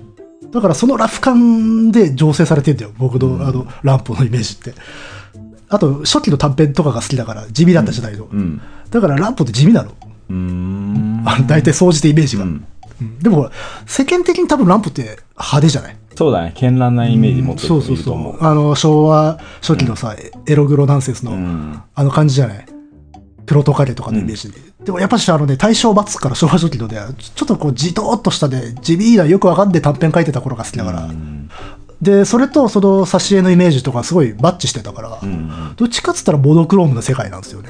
B: だからそのラフ感で醸成されてんだよ僕の、うん、あのランプのイメージって。あと初期の短編とかが好きだから地味だった時代の、うんうん、だからランプって地味なの、うーん、あの大体総じてイメージが、うんうん、でも世間的に多分ランプって派手じゃない。
A: そうだね、絢爛なイメージ持ってる人いると思う。
B: そうそうそう、あの昭和初期のさ、うん、エログロナンセンスの、うん、あの感じじゃない、プロトカレとかのイメージで、うん、でもやっぱしあのね大正末から昭和初期のでちょっとこうじとっとしたで地味なよくわかんで短編書いてた頃が好きだから、うん、でそれとその挿絵のイメージとかすごいバッチしてたから、うん、どっちかっつったらモノクロームの世界なんですよね、うん、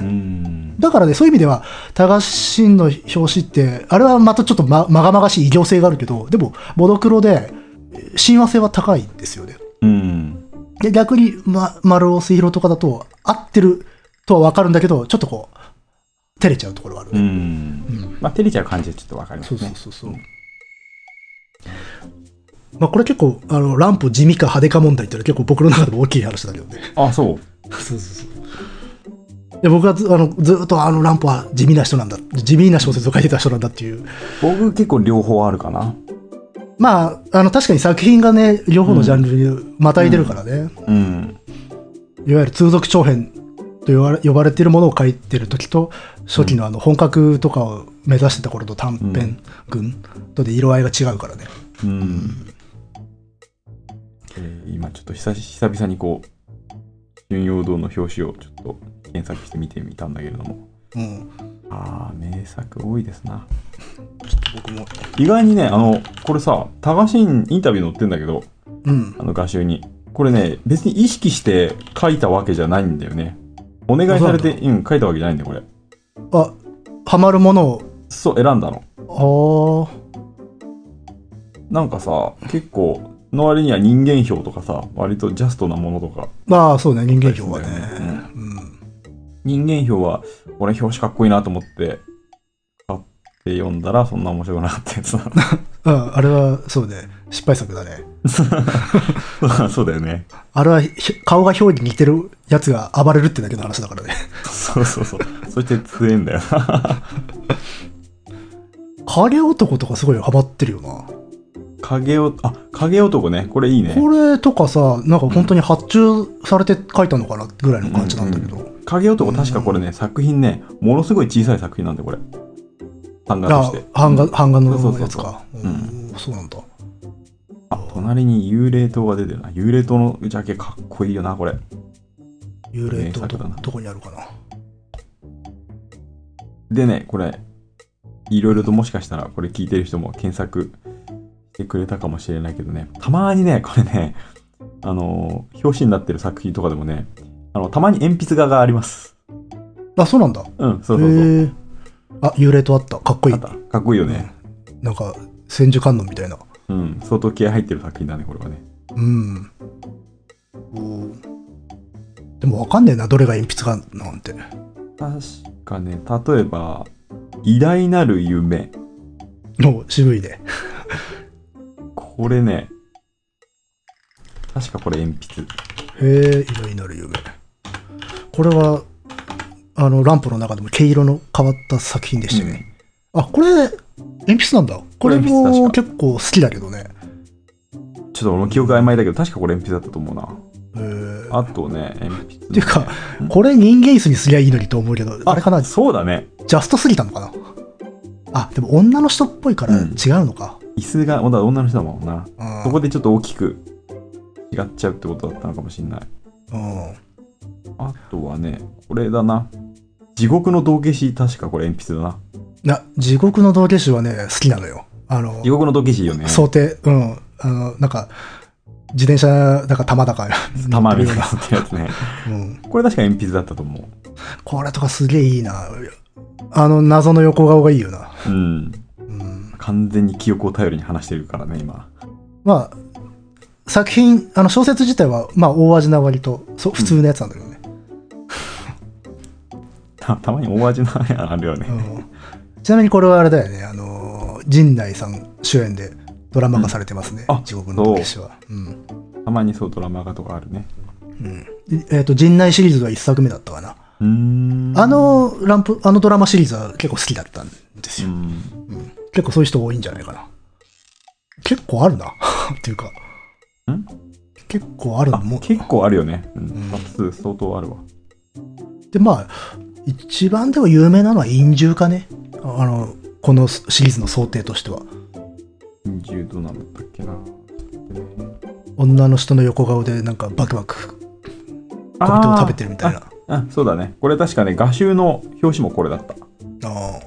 B: だからねそういう意味ではタガシンの表紙ってあれはまたちょっとままがまがしい異形性があるけど、でもモノクロで親和性は高いんですよね、うん、で逆に、ま、丸尾末広とかだと合ってるとは分かるんだけどちょっとこう照れちゃうところがあるね、うん、うん、
A: まあ照れちゃう感じでちょっと分かりますね。
B: そうそうそうそう、まあ、これ結構あのランプ地味か派手か問題っていうのは結構僕の中でも大きい話だけどね。
A: あ、そう
B: そうそうそう。で僕はずあのずっとあのランプは地味な人なんだ、地味な小説を書いてた人なんだっていう。僕
A: 結構両方あるかな。
B: まああの確かに作品がね両方のジャンルにまたいでるからね、うんうん、いわゆる通俗長編と呼ばれ、呼ばれているものを書いてる時と初期のあの本格とかを目指してた頃の短編群とで色合いが違うからね、うんうん、
A: えー、今ちょっと久々にこう春陽堂の表紙をちょっと検索して見てみたんだけれども、うん、あー名作多いですな。僕も意外にね、あのこれさタガシンインタビュー載ってんだけど、うん、あの画集にこれね別に意識して書いたわけじゃないんだよね。お願いされて、うん、書いたわけじゃないんだよこれ。
B: あ、ハマるものを
A: そう選んだの。ああ。なんかさ結構の割には人間票とかさ割とジャストなものとか。
B: ああそうね、人間票はね、うん
A: うん、人間票はこれ表紙かっこいいなと思って買って読んだらそんな面白くなかったやつな
B: うん、あれはそうね失敗作だね
A: そうだよね。
B: あれは顔が表に似てるやつが暴れるってだけの話だからね
A: そうそうそう、そして強いんだよ
B: 影男とかすごいハマってるよな。
A: 影男、あ、影男ね、これいいね。
B: これとかさ、なんか本当に発注されて書いたのかなぐらいの感じなんだけど、うんうん、
A: 影男確かこれね、うん、作品ねものすごい小さい作品なんでこれ版画として。
B: あ、版画、版画のやつか。うん、そうなんだ。
A: あ、隣に幽霊島が出てるな。幽霊島のジャケかっこいいよなこれ。
B: 幽霊島どどこにあるかな。
A: でね、これいろいろともしかしたらこれ聞いてる人も検索してくれたかもしれないけどね、たまにねこれね、あのー、表紙になってる作品とかでもね、あのたまに鉛筆画があります。
B: あ、そうなんだ。
A: うん、そうそうそう。
B: あ、幽霊島あった。かっこいい。あった。
A: かっこいいよね。
B: うん、なんか千手観音みたいな。
A: うん、相当気合入ってる作品だねこれはね。うん。
B: おでもわかんねえな、どれが鉛筆画なんて。
A: 確かね、例えば偉大なる夢。
B: お、渋いね
A: これね、確かこれ鉛筆。
B: へえ、偉大なる夢。これはあのランプの中でも毛色の変わった作品でしたよね、うん、あ、これ鉛筆なんだ。これも結構好きだけどね。
A: ちょっと俺も記憶曖昧だけど確かこれ鉛筆だったと思うな。へあとね、鉛筆、ね、
B: っていうか、うん、これ人間椅子にすりゃいいのにと思うけど、あれかな。
A: そうだね、
B: ジャストすぎたのかな。あ、でも女の人っぽいから違うのか、
A: うん、椅子が女の人だもんな、うん、そこでちょっと大きく違っちゃうってことだったのかもしれない。うん、あとはね、これだな、地獄の道化師、確かこれ鉛筆だな。
B: いや、地獄の道化師はね好きなのよ。あの
A: 地獄の道化師いいよね。
B: 想定、うん、あのなんか自転車だか玉だか
A: 玉みたいなってやつね、うん、これ確か鉛筆だったと思う。
B: これとかすげえいいな。あの謎の横顔がいいよな。うん、
A: うん、完全に記憶を頼りに話してるからね今。
B: まあ作品、あの小説自体はまあ大味な割とそ普通のやつなんだけどね、
A: うん、た, たまに大味なあるよね、うん、
B: ちなみにこれはあれだよね、あの陣内さん主演でドラマ化されてますね、うん、地獄の道化師は、うん、
A: たまにそうドラマ化とかあるね。
B: うん。えっ、ー、と、陣内シリーズが一作目だったかな。
A: うーん。
B: あの、ランプ、あのドラマシリーズは結構好きだったんですよ。
A: うん。
B: うん、結構そういう人多いんじゃないかな。結構あるな。っていうか。
A: ん
B: 結構あるのも。
A: 結構あるよね。うん。数相当あるわ。
B: で、まあ、一番でも有名なのは陰獣かね。あの、このシリーズの想定としては。
A: 陰獣どうなんだったっけな。
B: 女の人の横顔でなんかバクバク小人を食べてるみたいな。
A: ああ、そうだね。これ確かね、画集の表紙もこれだった。
B: ああ。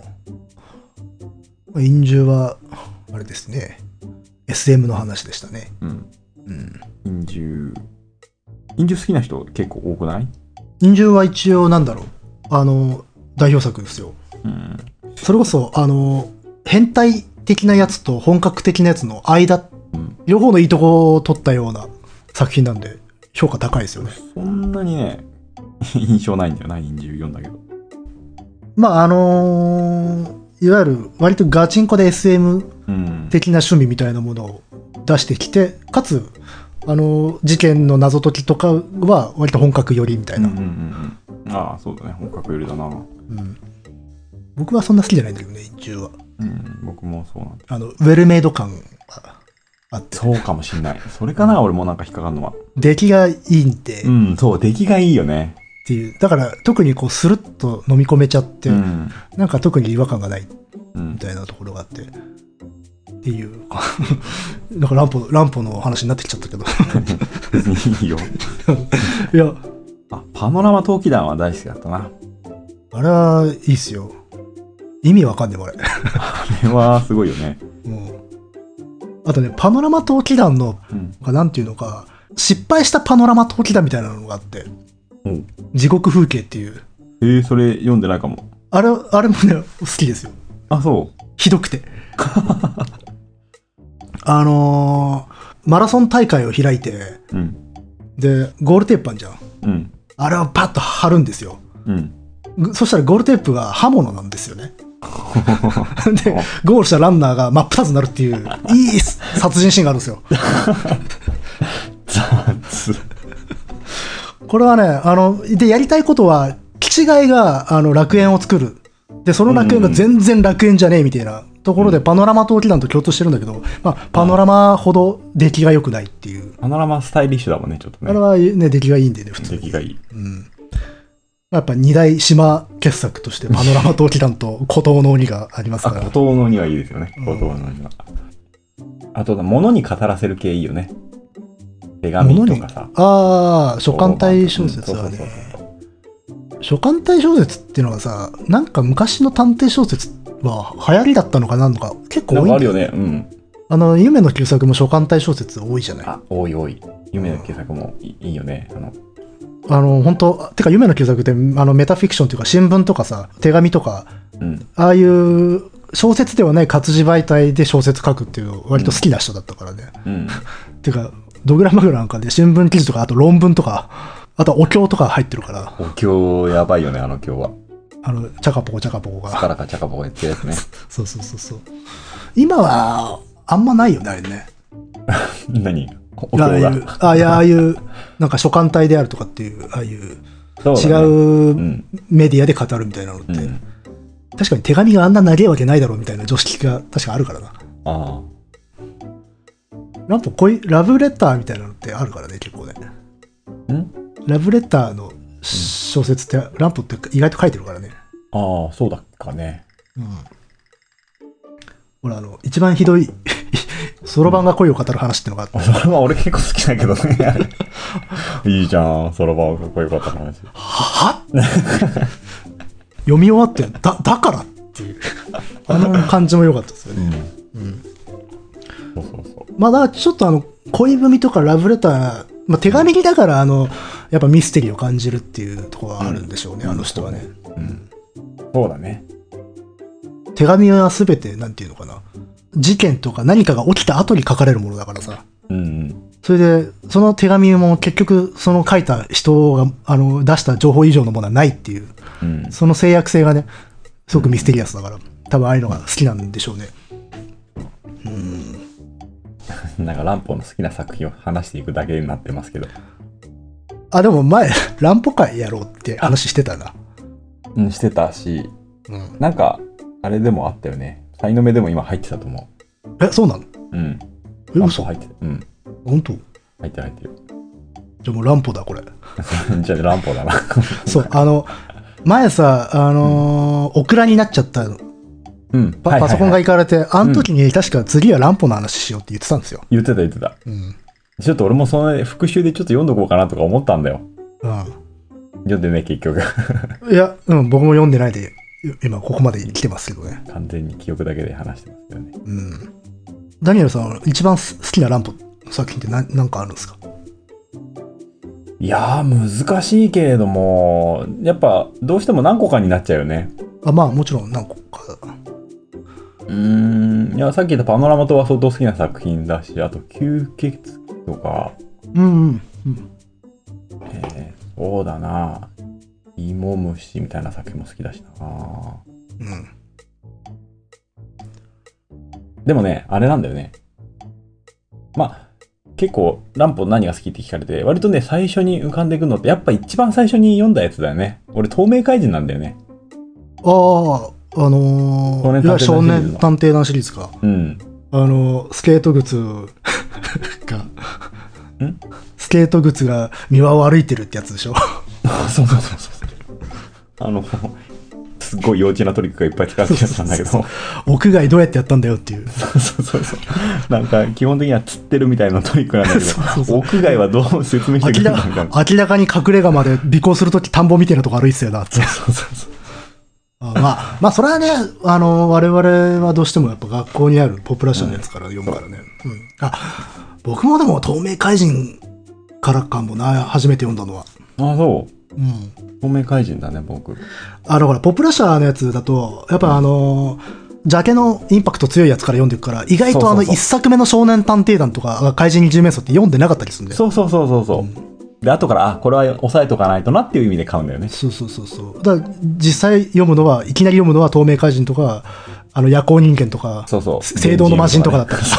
B: 陰獣は、あれですね。エスエム の話でしたね。
A: うん。うん。陰獣。陰獣好きな人結構多くない？
B: 陰獣は一応なんだろう。あの、代表作ですよ。
A: うん。
B: それこそ、あの、変態的なやつと本格的なやつの間、うん、両方のいいとこを取ったような作品なんで、評価高いですよね。
A: そんなにね、印象ないんだよな、陰獣読んだけど。
B: まあ、あのー、いわゆる割とガチンコで エスエム 的な趣味みたいなものを出してきて、うん、かつ、あのー、事件の謎解きとかは割と本格寄りみたいな。うんうん
A: うん、ああ、そうだね、本格寄りだな。うん、
B: 僕はそんな好きじゃないんだけどね、陰獣は。
A: うん、僕もそうなんだ。
B: あの、ウェルメイド感があって。
A: そうかもしんない。それかな、俺もなんか引っかかるのは。
B: 出来がいいんで。
A: うん、そう、出来がいいよね。
B: っていう。だから、特にこう、スルッと飲み込めちゃって、うん、なんか特に違和感がない、みたいなところがあって。うん、っていう。なんか乱歩、乱歩の話になってきちゃったけど。
A: 別にいいよ。
B: いや。
A: あ、パノラマ陶器団は大好きだったな。
B: あれはいいっすよ。意味わかんねえもん、あれ。
A: あれはすごいよね。
B: うん。あとね、パノラマ陶器団の、うん、なんていうのか、失敗したパノラマ陶器団みたいなのがあって、うん、地獄風景っていう。
A: えー、それ読んでないかも。
B: あれ、あれもね、好きですよ。
A: あ、そう。
B: ひどくて。あのー、マラソン大会を開いて、うん、で、ゴールテープあんじゃん。うん、あれをパッと貼るんですよ。うん、そしたらゴールテープが刃物なんですよね。で、ゴールしたランナーが真っ二つになるっていう、いい殺人シーンがあるんですよ。これはね、あの、で、やりたいことは、気違いが、あの、楽園を作る。で、その楽園が全然楽園じゃねえみたいなところで、パノラマ陶器団と共通してるんだけど、まあ、パノラマほど出来が良くないっていう。
A: パノラマスタイリッシュだもんね、ちょっとね。
B: あれはね、出来がいいんでね、普通に。
A: 出来がいい。うん。
B: やっぱ二大島傑作としてパノラマ陶器団と孤島の鬼がありますから。
A: 孤島の鬼はいいですよね。孤島の鬼は。あと、物に語らせる系いいよね。手紙とかさ。
B: ああ、書簡体小説はね。書簡体小説っていうのがさ、なんか昔の探偵小説は流行りだったのかなんのか結構多いんだよね。
A: あるよね。うん。
B: あの、夢の旧作も書簡体小説多いじゃない。
A: あ、多い多い。夢の旧作もいいよね。あの
B: あの、本当てか夢の旧作って、あの、メタフィクションっていうか、新聞とかさ、手紙とか、うん、ああいう小説ではない活字媒体で小説書くっていうの割と好きな人だったからね。うん。てか、ドグラマグラなんかで新聞記事とか、あと論文とか、あとはお経とか入ってるから。
A: お経やばいよね、あの経は。
B: あの、チャカポコチャカポコが。
A: スカラカチャカポコやってるやつね。
B: そうそうそうそう。今は、あんまないよね、あれね。
A: 何
B: ああいう、あいや、ああいう、なんか書簡体であるとかっていう、ああいう、違うメディアで語るみたいなのって、うん、確かに手紙があんな長いわけないだろうみたいな常識が確かあるからな。ああ。なんとこういうラブレターみたいなのってあるからね、結構ね。んラブレターの小説って、うん、ランプって意外と書いてるからね。
A: ああ、そうだっかね。うん。
B: ほら、あの、一番ひどい、そろばんが恋を語る話ってのがあって。
A: それは俺結構好きだけどね。いいじゃん、そろばんが恋を語る話。
B: は読み終わって、だ、だからっていう。あの感じも良かったですよね。うん。うん、そうそうそう。まあ、だからちょっとあの、恋文とかラブレター、まあ、手紙にだからあの、やっぱミステリーを感じるっていうところがあるんでしょうね、うん、あの人はね。
A: うん。そうだね。
B: 手紙はすべて、なんていうのかな。事件とか何かが起きた後に書かれるものだからさ。うん。それで、その手紙も結局、その書いた人が、あの、出した情報以上のものはないっていう、うん、その制約性がね、すごくミステリアスだから、うん、多分ああいうのが好きなんでしょうね。
A: うん。なんか、乱歩の好きな作品を話していくだけになってますけど。
B: あ、でも前、乱歩会やろうって話してたな。
A: うん、してたし、
B: うん、
A: なんか、あれでもあったよね。才の目でも今入ってたと思
B: う。え、そうなの？
A: うん。
B: え、嘘？
A: 入ってた。うん。
B: 本当？
A: 入ってる入ってる。
B: じゃあもう乱歩だ、これ。
A: じゃあ乱歩だな。
B: そう、あの、前さ、あのー、オクラになっちゃったの。
A: うん。
B: パ, パソコンが行かれて、あの時に確か次は乱歩の話しようって言ってたんですよ。
A: 言ってた言ってた。
B: うん。
A: ちょっと俺もその復習でちょっと読んどこうかなとか思ったんだよ。
B: うん。
A: 読んでね、結局。
B: いや、うん、僕も読んでないで、今ここまで来てますけどね。
A: 完全に記憶だけで話してますよね。
B: うん。ダニエルさん、一番好きな乱歩作品って何、何かあるんですか？
A: いやー、難しいけれども、やっぱどうしても何個かになっちゃうよね。
B: あ、まあもちろん何個か。
A: うーん、いや、さっき言ったパノラマ島は相当好きな作品だし、あと吸血鬼とか、
B: うんうん、うん。
A: えー、そうだな、芋虫みたいな作品も好きだしな。
B: うん。
A: でもね、あれなんだよね。まあ、結構、乱歩何が好きって聞かれて、割とね、最初に浮かんでくるのって、やっぱ一番最初に読んだやつだよね。俺、透明怪人なんだよね。
B: ああ、あのー、少年探偵団シリーズか。
A: うん。
B: あのー、スケート靴が、
A: ん
B: スケート靴が庭を歩いてるってやつでしょ。
A: そうそうそうそう。あの、すっごい幼稚なトリックがいっぱい使ってるやつなんだけど。そうそう
B: そう、屋外どうやってやったんだよっていう。
A: そうそうそうそう。なんか、基本的には釣ってるみたいなトリックなんだけど、そうそうそう、屋外はどう説明してくれるのか。
B: 明らかに隠れ家まで尾行するとき田んぼみたいなとこ歩いてたよなって。そうそうそうそう。あ、まあ、まあ、それはね、あの、我々はどうしてもやっぱ学校にあるポプラ社のやつから読むからね。うん。うん、あ、僕もでも透明怪人からかもな、初めて読んだのは。
A: あ、そう。
B: うん。
A: 透明怪人だね、僕。
B: あの、ほら、ポプラ社のやつだと、やっぱあの、うん、ジャケのインパクト強いやつから読んでいくから、意外とあの、一作目の少年探偵団とか、怪人二十面相って読んでなかったりするんだよ。
A: そうそうそうそうそう。うん、で、後から、あ、これは押さえとかないとなっていう意味で買うんだよね。
B: そうそうそうそう。だから、実際読むのは、いきなり読むのは透明怪人とか、あの、夜行人間とか、
A: そうそう。
B: 聖堂の魔人とかだったから。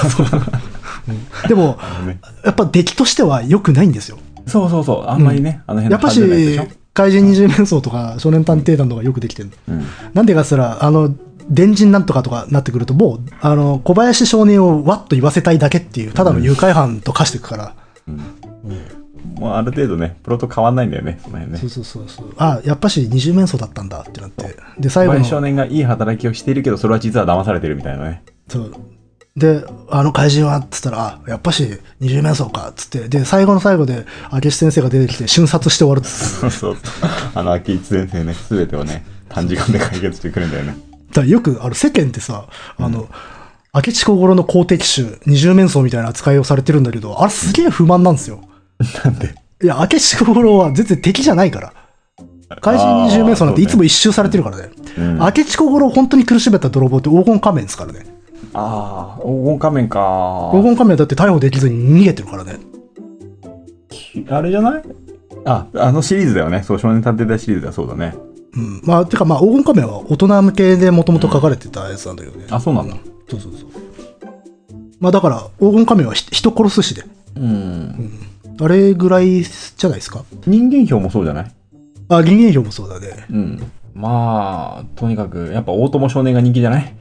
B: でも、やっぱ出来としては良くないんですよ。
A: そうそうそう。あんまりね、うん、あの辺の
B: やっぱし、怪人二十面相とか、少年探偵団とかよくできてる。うん、なんでかっつったら、あの、電人なんとかとかなってくると、もう、あの、小林少年をわっと言わせたいだけっていう、ただの誘拐犯と化していくから。うんうん
A: もうある程度ね、プロと変わんないんだよね、その辺ね。
B: そうそうそうそう。あ、やっぱし二十面相だったんだってなって。で、最後の。
A: 小林少年がいい働きをしているけど、それは実は騙されてるみたいなね。
B: そう。で、あの怪人はっつったら、あ、やっぱし二十面相かっつって、で、最後の最後で、明智先生が出てきて瞬殺して終わるっつって。そうそう。
A: あの明智先生ね、すべてをね、短時間で解決してくるんだよね。
B: だからよく、あの、世間ってさ、あの、うん、明智小五郎の好敵手、二十面相みたいな扱いをされてるんだけど、あれすげえ不満なんですよ。
A: なんで？
B: いや、明智小五郎は全然敵じゃないから。怪人二十面相なんていつも一周されてるからね。ねうん、明智小五郎本当に苦しめた泥棒って黄金仮面ですからね。
A: ああ、黄金仮面か。
B: 黄金仮面だって逮捕できずに逃げてるからね。
A: あれじゃない？あ、あのシリーズだよね。そう、少年探偵団シリーズだそうだね。
B: うん。まあ、てかまあ、黄金仮面は大人向けでもともと書かれてたやつなんだけどね。
A: うん、あ、そうなんだ。
B: そうそうそう。まあだから、黄金仮面は人殺すしで。
A: うん。うん
B: あれぐらいじゃないですか。
A: 人間票もそうじゃない？
B: あ、人間票もそうだね。
A: うん。まあ、とにかく、やっぱ大友少年が人気じゃない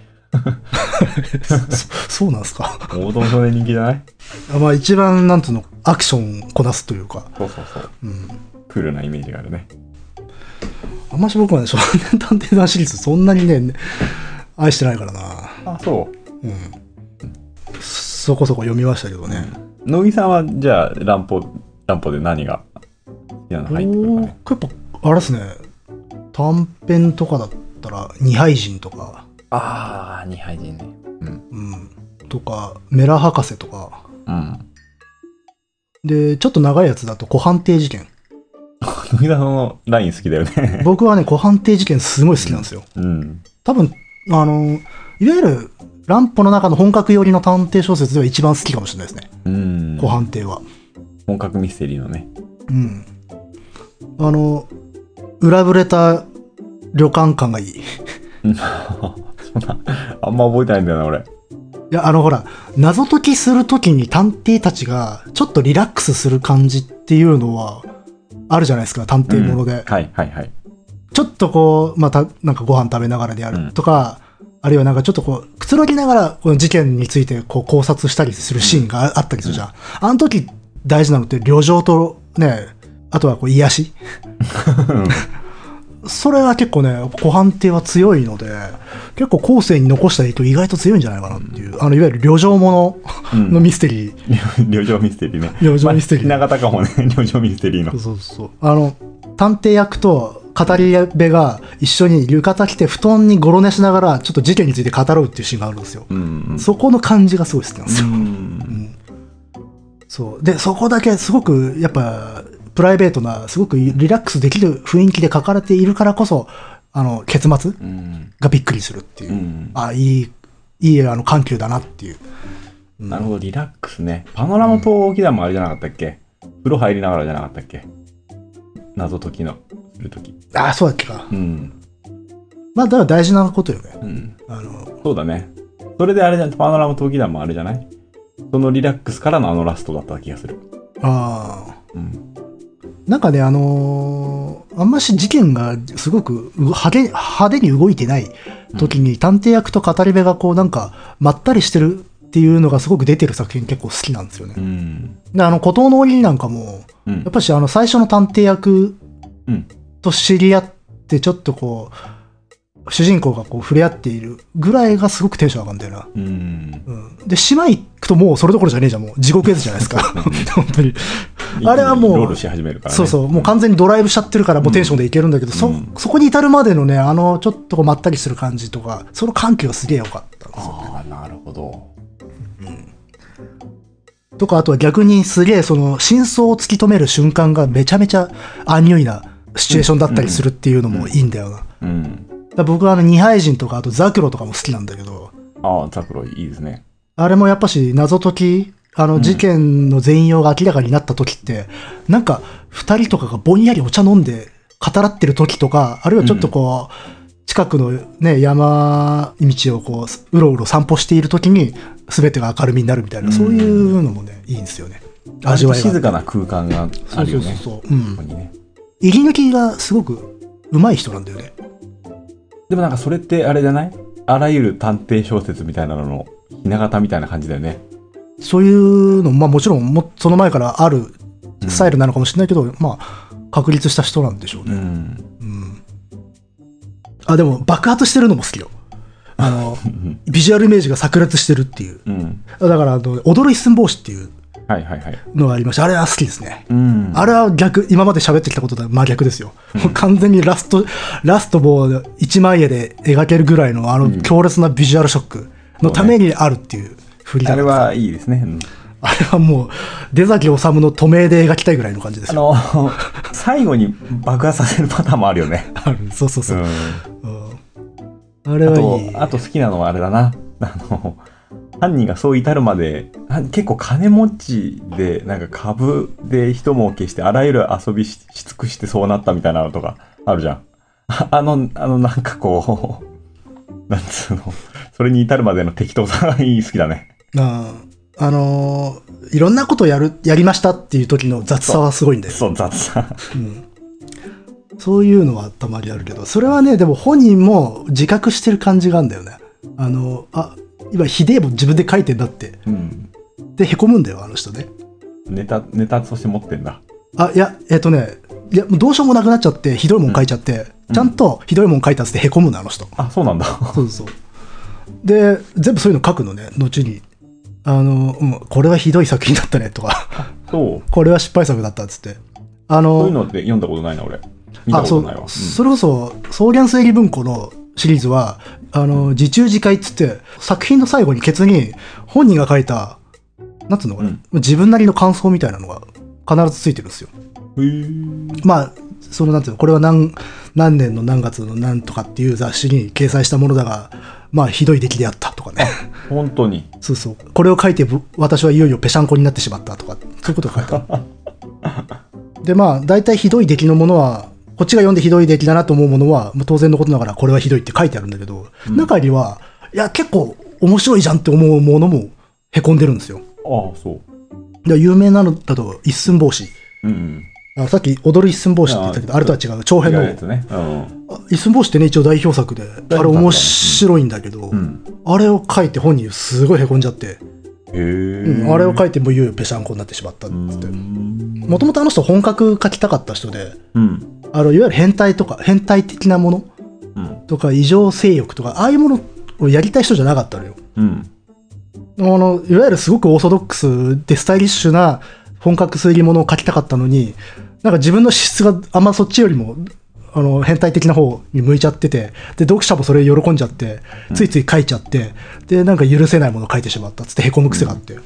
B: そ, そうなんですか。
A: 大友少年人気じゃない？
B: まあ一番、なんつうの、アクションこなすというか。
A: そうそうそう。
B: うん。
A: クールなイメージがあるね。
B: あんまし僕はね、少年探偵団シリーズそんなにね、愛してないからな。
A: あ、そう。
B: うん。そこそこ読みましたけどね。うん
A: 乃木さんはじゃあ乱歩乱歩で何が入ってくるかね。
B: やっぱあれですね、短編とかだったら二杯人とか。
A: ああ、二杯人ね。うん。
B: うん。とかメラ博士とか。
A: うん。
B: でちょっと長いやつだと湖畔亭事件。
A: 乃木さんのライン好きだよね。
B: 僕はね湖畔亭事件すごい好きなんですよ。
A: うん。うん、
B: 多分あのいわゆる乱歩の中の本格寄りの探偵小説では一番好きかもしれないですね。
A: うん。
B: 湖畔亭は。
A: 本格ミステリーのね。
B: うん。あの、裏ぶれた旅館感がいい。
A: そんな、あんま覚えてないんだよな、俺。
B: いや、あのほら、謎解きするときに探偵たちがちょっとリラックスする感じっていうのは、 あるじゃないですか、探偵もので。
A: うん、はいはいはい。
B: ちょっとこう、また、なんかご飯食べながらであるとか、うん、あるいはなんかちょっとこう、くつろぎながら、この事件についてこう考察したりするシーンがあったりするじゃん。うん、あの時大事なのって旅情とね、あとはこう癒し。それは結構ね、湖畔亭は強いので、結構後世に残した影響意外と強いんじゃないかなっていう、うん、あのいわゆる旅情もののミステリー。
A: うん、旅情ミステリーね。
B: 旅情ミステリー。
A: 長田かもね、旅情ミステリーの。
B: そうそう。あの、探偵役と語り部が一緒に浴衣着て布団にゴロ寝しながらちょっと事件について語ろうっていうシーンがあるんですよ。うんうん、そこの感じがすごい好きなんですよ。うんうん、そうで、そこだけすごくやっぱプライベートなすごくリラックスできる雰囲気で書かれているからこそ、あの結末がびっくりするっていう、うん、あいいいいあの緩急だなっていう、
A: うん、なるほど、リラックスね。パノラマ闘技団もあれじゃなかったっけ、風呂入りながらじゃなかったっけ、謎解きのするとき。
B: ああ、そうだっけか。うん。まあ、だから大事なことよね。うん。
A: あの、そうだね。それであれじゃん、パノラマ闘技団もあれじゃない？そのリラックスからのあのラストだった気がする。ああ。うん。
B: なんかね、あのー、あんまし事件がすごく派手、派手に動いてない時に、うん、探偵役と語り部がこうなんか、まったりしてるっていうのがすごく出てる作品結構好きなんですよね。うん。で、あの、孤島の鬼なんかも、うん、やっぱしあの、最初の探偵役と知り合ってちょっとこう主人公がこう触れ合っているぐらいがすごくテンション上がるんだよな。うん、うん、で島行くともうそれどころじゃねえじゃん、もう地獄絵図じゃないですか。本当にあれはもう
A: ロールし始めるからね。
B: そうそう、もう完全にドライブしちゃってるからもうテンションでいけるんだけど、うん、そ, そこに至るまでのね、あのちょっとこうまったりする感じとか、その緩急がすげえ良かったんですよね。
A: ああ、なるほど。
B: うん、とか、あとは逆にすげえその真相を突き止める瞬間がめちゃめちゃアンニュイなシチュエーションだったりするっていうのもいいんだよな。うんうん、だ僕はあの二廃人とかあとザクロとかも好きなんだけど。
A: ああ、ザクロいいですね。
B: あれもやっぱし謎解き、あの事件の全容が明らかになった時って、うん、なんか二人とかがぼんやりお茶飲んで語らってる時とか、あるいはちょっとこう、うん、近くのね山道をこううろうろ散歩している時に全てが明るみになるみたいな、うん、そういうのもねいいんですよね。
A: 味わいが静かな空間があるよね。
B: そうそうそうそう、うん、ここにね。入り抜きがすごく上手い人なんだよね。
A: でもなんかそれってあれじゃない？あらゆる探偵小説みたいなののひな形みたいな感じだよね。
B: そういうの、まあもちろんもその前からあるスタイルなのかもしれないけど、うん、まあ確立した人なんでしょうね。うんうん、あ、でも爆発してるのも好きよ。あのビジュアルイメージが炸裂してるっていう。うん、だからあの踊る一寸法師っていう。はいはいはい、のがありました。あれは好きですね。うん、あれは逆、今まで喋ってきたこととは真逆ですよ。うん、完全にラスト、ラストも一枚絵で描けるぐらいのあの強烈なビジュアルショックのためにあるっていう振りだ、
A: ね、あれはいいですね。うん、
B: あれはもう出崎治の透明で描きたいぐらいの感じですよ。
A: あの最後に爆破させるパターンもあるよね。
B: ある、そうそうそう。うん
A: うん、あれはいい。あと、あと好きなのはあれだな。あの犯人がそう至るまで結構金持ちでなんか株で一儲けしてあらゆる遊び し, し尽くしてそうなったみたいなのとかあるじゃん。あのあのなんかこうなんつうの、それに至るまでの適当さが好きだね。
B: ああ、あのー、いろんなことをやるやりましたっていう時の雑さはすごいんだよ。
A: そう、そう雑さ、
B: うん、そういうのはたまにあるけど、それはねでも本人も自覚してる感じがあるんだよね。あのあ今ひでえもん自分で書いてんだって、うん、でへこむんだよあの人ね。
A: ネタネタとして持ってんだ。
B: あ、いやえっとねいやもうどうしようもなくなっちゃってひどいもん書いちゃって、うん、ちゃんとひどいもん書いたっつってへこむのあの人。
A: あ、そうなんだ。
B: そうそう。で全部そういうの書くのね後に。あの、うん、これはひどい作品だったねとかそうこれは失敗作だったっつって、あの
A: そういうのって読んだことないな俺。見たことないわ。
B: あ、そう、うん、それこそ草原推理文庫のシリーズはあの自中自戒っつって作品の最後にケツに本人が書いたなんつうのかな、うん、自分なりの感想みたいなのが必ずついてるんですよ。へー。まあそのなんつうの、これは 何, 何年の何月の何とかっていう雑誌に掲載したものだが、まあひどい出来であったとかね。
A: 本当に。
B: そうそう。これを書いて私はいよいよぺしゃんこになってしまったとか、そういうことが書いてある。でまあ大体ひどい出来のものはこっちが読んでひどい出来だなと思うものは当然のことながらこれはひどいって書いてあるんだけど、うん、中にはいや結構面白いじゃんって思うものもへこんでるんですよ。
A: ああ、そう。
B: で有名なのだと一寸法師、うん、 あさっき踊る一寸法師って言ったけど、あれとは違う長編の、
A: ねうん、
B: 一寸法師ってね一応代表作で、あれ面白いんだけど、うん、あれを書いて本人すごいへこんじゃって、
A: へー、
B: うん、あれを書いてもういよいよぺしゃんこになってしまったって言って、もともとあの人本格書きたかった人で、うん、あのいわゆる変態とか変態的なもの、うん、とか異常性欲とかああいうものをやりたい人じゃなかったのよ、うん、あのいわゆるすごくオーソドックスでスタイリッシュな本格推理ものを書きたかったのに、なんか自分の資質があんまそっちよりもあの変態的な方に向いちゃってて、で読者もそれ喜んじゃってついつい書いちゃって、うん、でなんか許せないものを書いてしまったっつってへこむ癖があって、うん、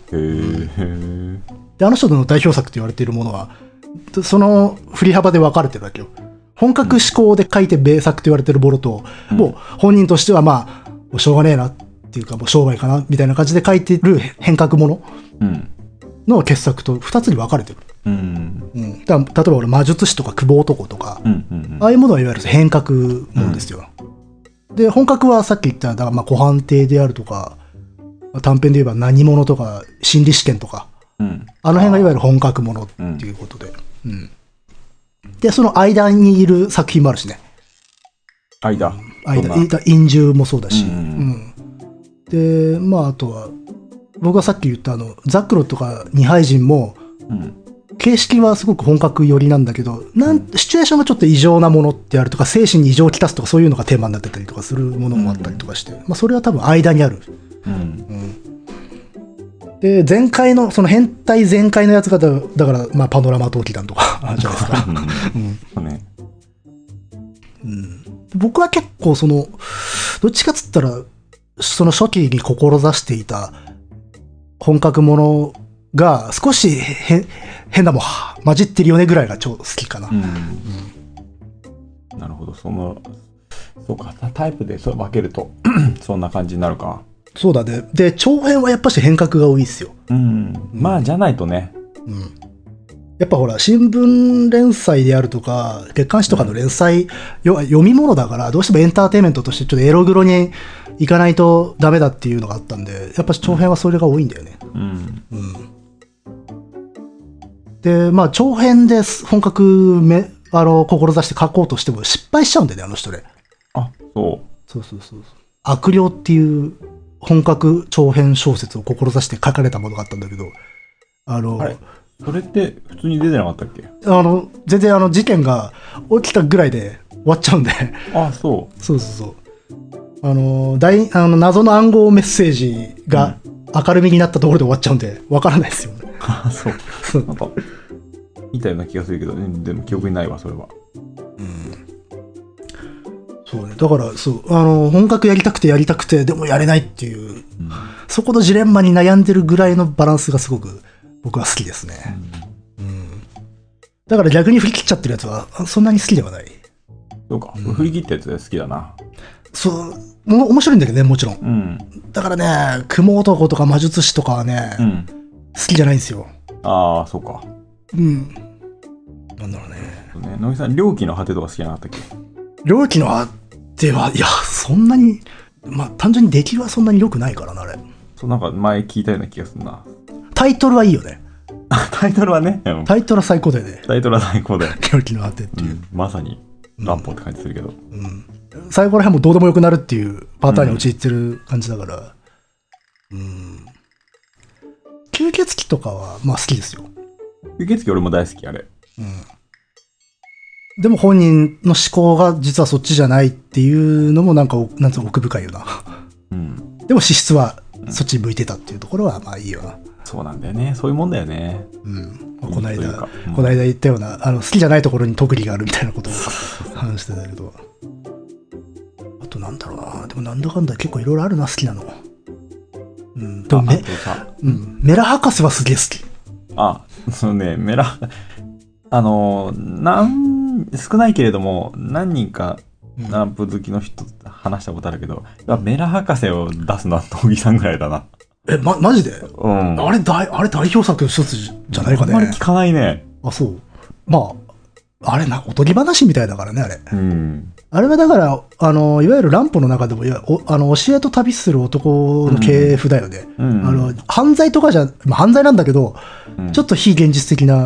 B: であの人の代表作と言われているものはその振り幅で分かれてるわけよ。本格思考で書いて名作と言われてるものと、うん、もう本人としてはまあもうしょうがねえなっていうかもう商売かなみたいな感じで書いてる変革ものの傑作とふたつに分かれてる。うんうん、だから例えば俺魔術師とか久保男とか、うんうんうん、ああいうものはいわゆる変革ものですよ、うん、で本格はさっき言っただからまあ湖畔亭であるとか短編で言えば何者とか心理試験とか、うん、あの辺がいわゆる本格ものっていうことで、うんうん、でその間にいる作品もあるしね。
A: 間
B: 間陰獣もそうだし、うんうんうん、でまああとは僕がさっき言ったあのザクロとか二杯人も、うん形式はすごく本格寄りなんだけど、なんシチュエーションがちょっと異常なものってあるとか、精神に異常をきたすとかそういうのがテーマになってたりとかするものもあったりとかして、うんまあ、それは多分間にある、うんうん、で前回のその変態前回のやつが だ, だからまあパノラマ闘技団とかあるじゃないですか、うんうんうん、僕は結構そのどっちかっつったらその初期に志していた本格ものが少しへ変なもん混じってるよねぐらいが超好きかな、うん
A: うん、なるほど。そのそうかタイプで分けるとそんな感じになるか。
B: そうだね。で長編はやっぱし変革が多いっすよ、
A: うん、まあじゃないとね、うん、
B: やっぱほら新聞連載であるとか月刊誌とかの連載、うん、読み物だからどうしてもエンターテインメントとしてちょっとエログロにいかないとダメだっていうのがあったんで、やっぱ長編はそれが多いんだよね、うんうんで、まあ、長編で本格め、あの、志して書こうとしても失敗しちゃうんだよね、あの人で。
A: あ、そう。
B: そうそうそう。悪霊っていう本格長編小説を志して書かれたものがあったんだけど、あの、
A: あれそれって普通に出てなかったっけ？
B: あの、全然あの、事件が起きたぐらいで終わっちゃうんで。
A: あ、そう。
B: そうそうそう。あの、大、あの、謎の暗号メッセージが明るみになったところで終わっちゃうんで、わからないですよね。
A: あ、そう。そう。なんか、見たような気がするけど、ね、でも記憶にないわ、それは。うん。
B: そうね。だから、そう、あの、本格やりたくてやりたくて、でもやれないっていう、うん、そこのジレンマに悩んでるぐらいのバランスがすごく僕は好きですね。うん。うん、だから逆に振り切っちゃってるやつは、そんなに好きではない。
A: そうか。うん、振り切ったやつ好きだな。
B: そう、も面白いんだけどね、もちろん。うん、だからね、雲男とか魔術師とかはね、うん、好きじゃないんですよ。
A: ああ、そうか。
B: うん。なんだろうね。
A: ね、野木さん、猟奇の果てとか好きじゃなかったっけ？
B: 猟奇の果ては、いや、そんなに、まあ、単純に出来はそんなに良くないからな、あれ。
A: そう、なんか前聞いたような気がするな。
B: タイトルはいいよね。
A: タイトルはね。
B: タイトルは最高だよね。
A: タイトルは最高だよ。
B: 猟奇の果てっていう。うん、
A: まさに、乱歩って感じするけど。うん。うん、
B: 最後ら辺もどうでもよくなるっていうパターンに陥ってる感じだから。うん。うん吸血鬼とかは、まあ好きですよ。
A: 吸血鬼俺も大好き、あれ。うん。
B: でも本人の思考が実はそっちじゃないっていうのもなんか、なんつうの奥深いよな。うん。でも資質はそっちに向いてたっていうところはまあいいよな。
A: そうなんだよね。そういうもんだよね。
B: うん。この間、うん、この間言ったような、あの、好きじゃないところに特技があるみたいなことを話してたけど。あとなんだろうな。でもなんだかんだ結構いろいろあるな、好きなの。うん、でもメ、うん、メラ博士はすげえ好き。
A: あ、そうね、メラ、あの、なん、少ないけれども、何人か、ランプ好きの人と話したことあるけど、うん、メラ博士を出すのは野木さんぐらいだな。
B: え、ま、マジで？うん。あれ、大、あれ代表作の一つじゃないかね。
A: あんまり聞かないね。
B: あ、そう。まあ、あれな、おとぎ話みたいだからね、あれ。うん。あれはだから、あの、いわゆる乱歩の中でも、いわおあの教えと旅する男の系譜だよね。うんうん、あの犯罪とかじゃ、まあ、犯罪なんだけど、うん、ちょっと非現実的な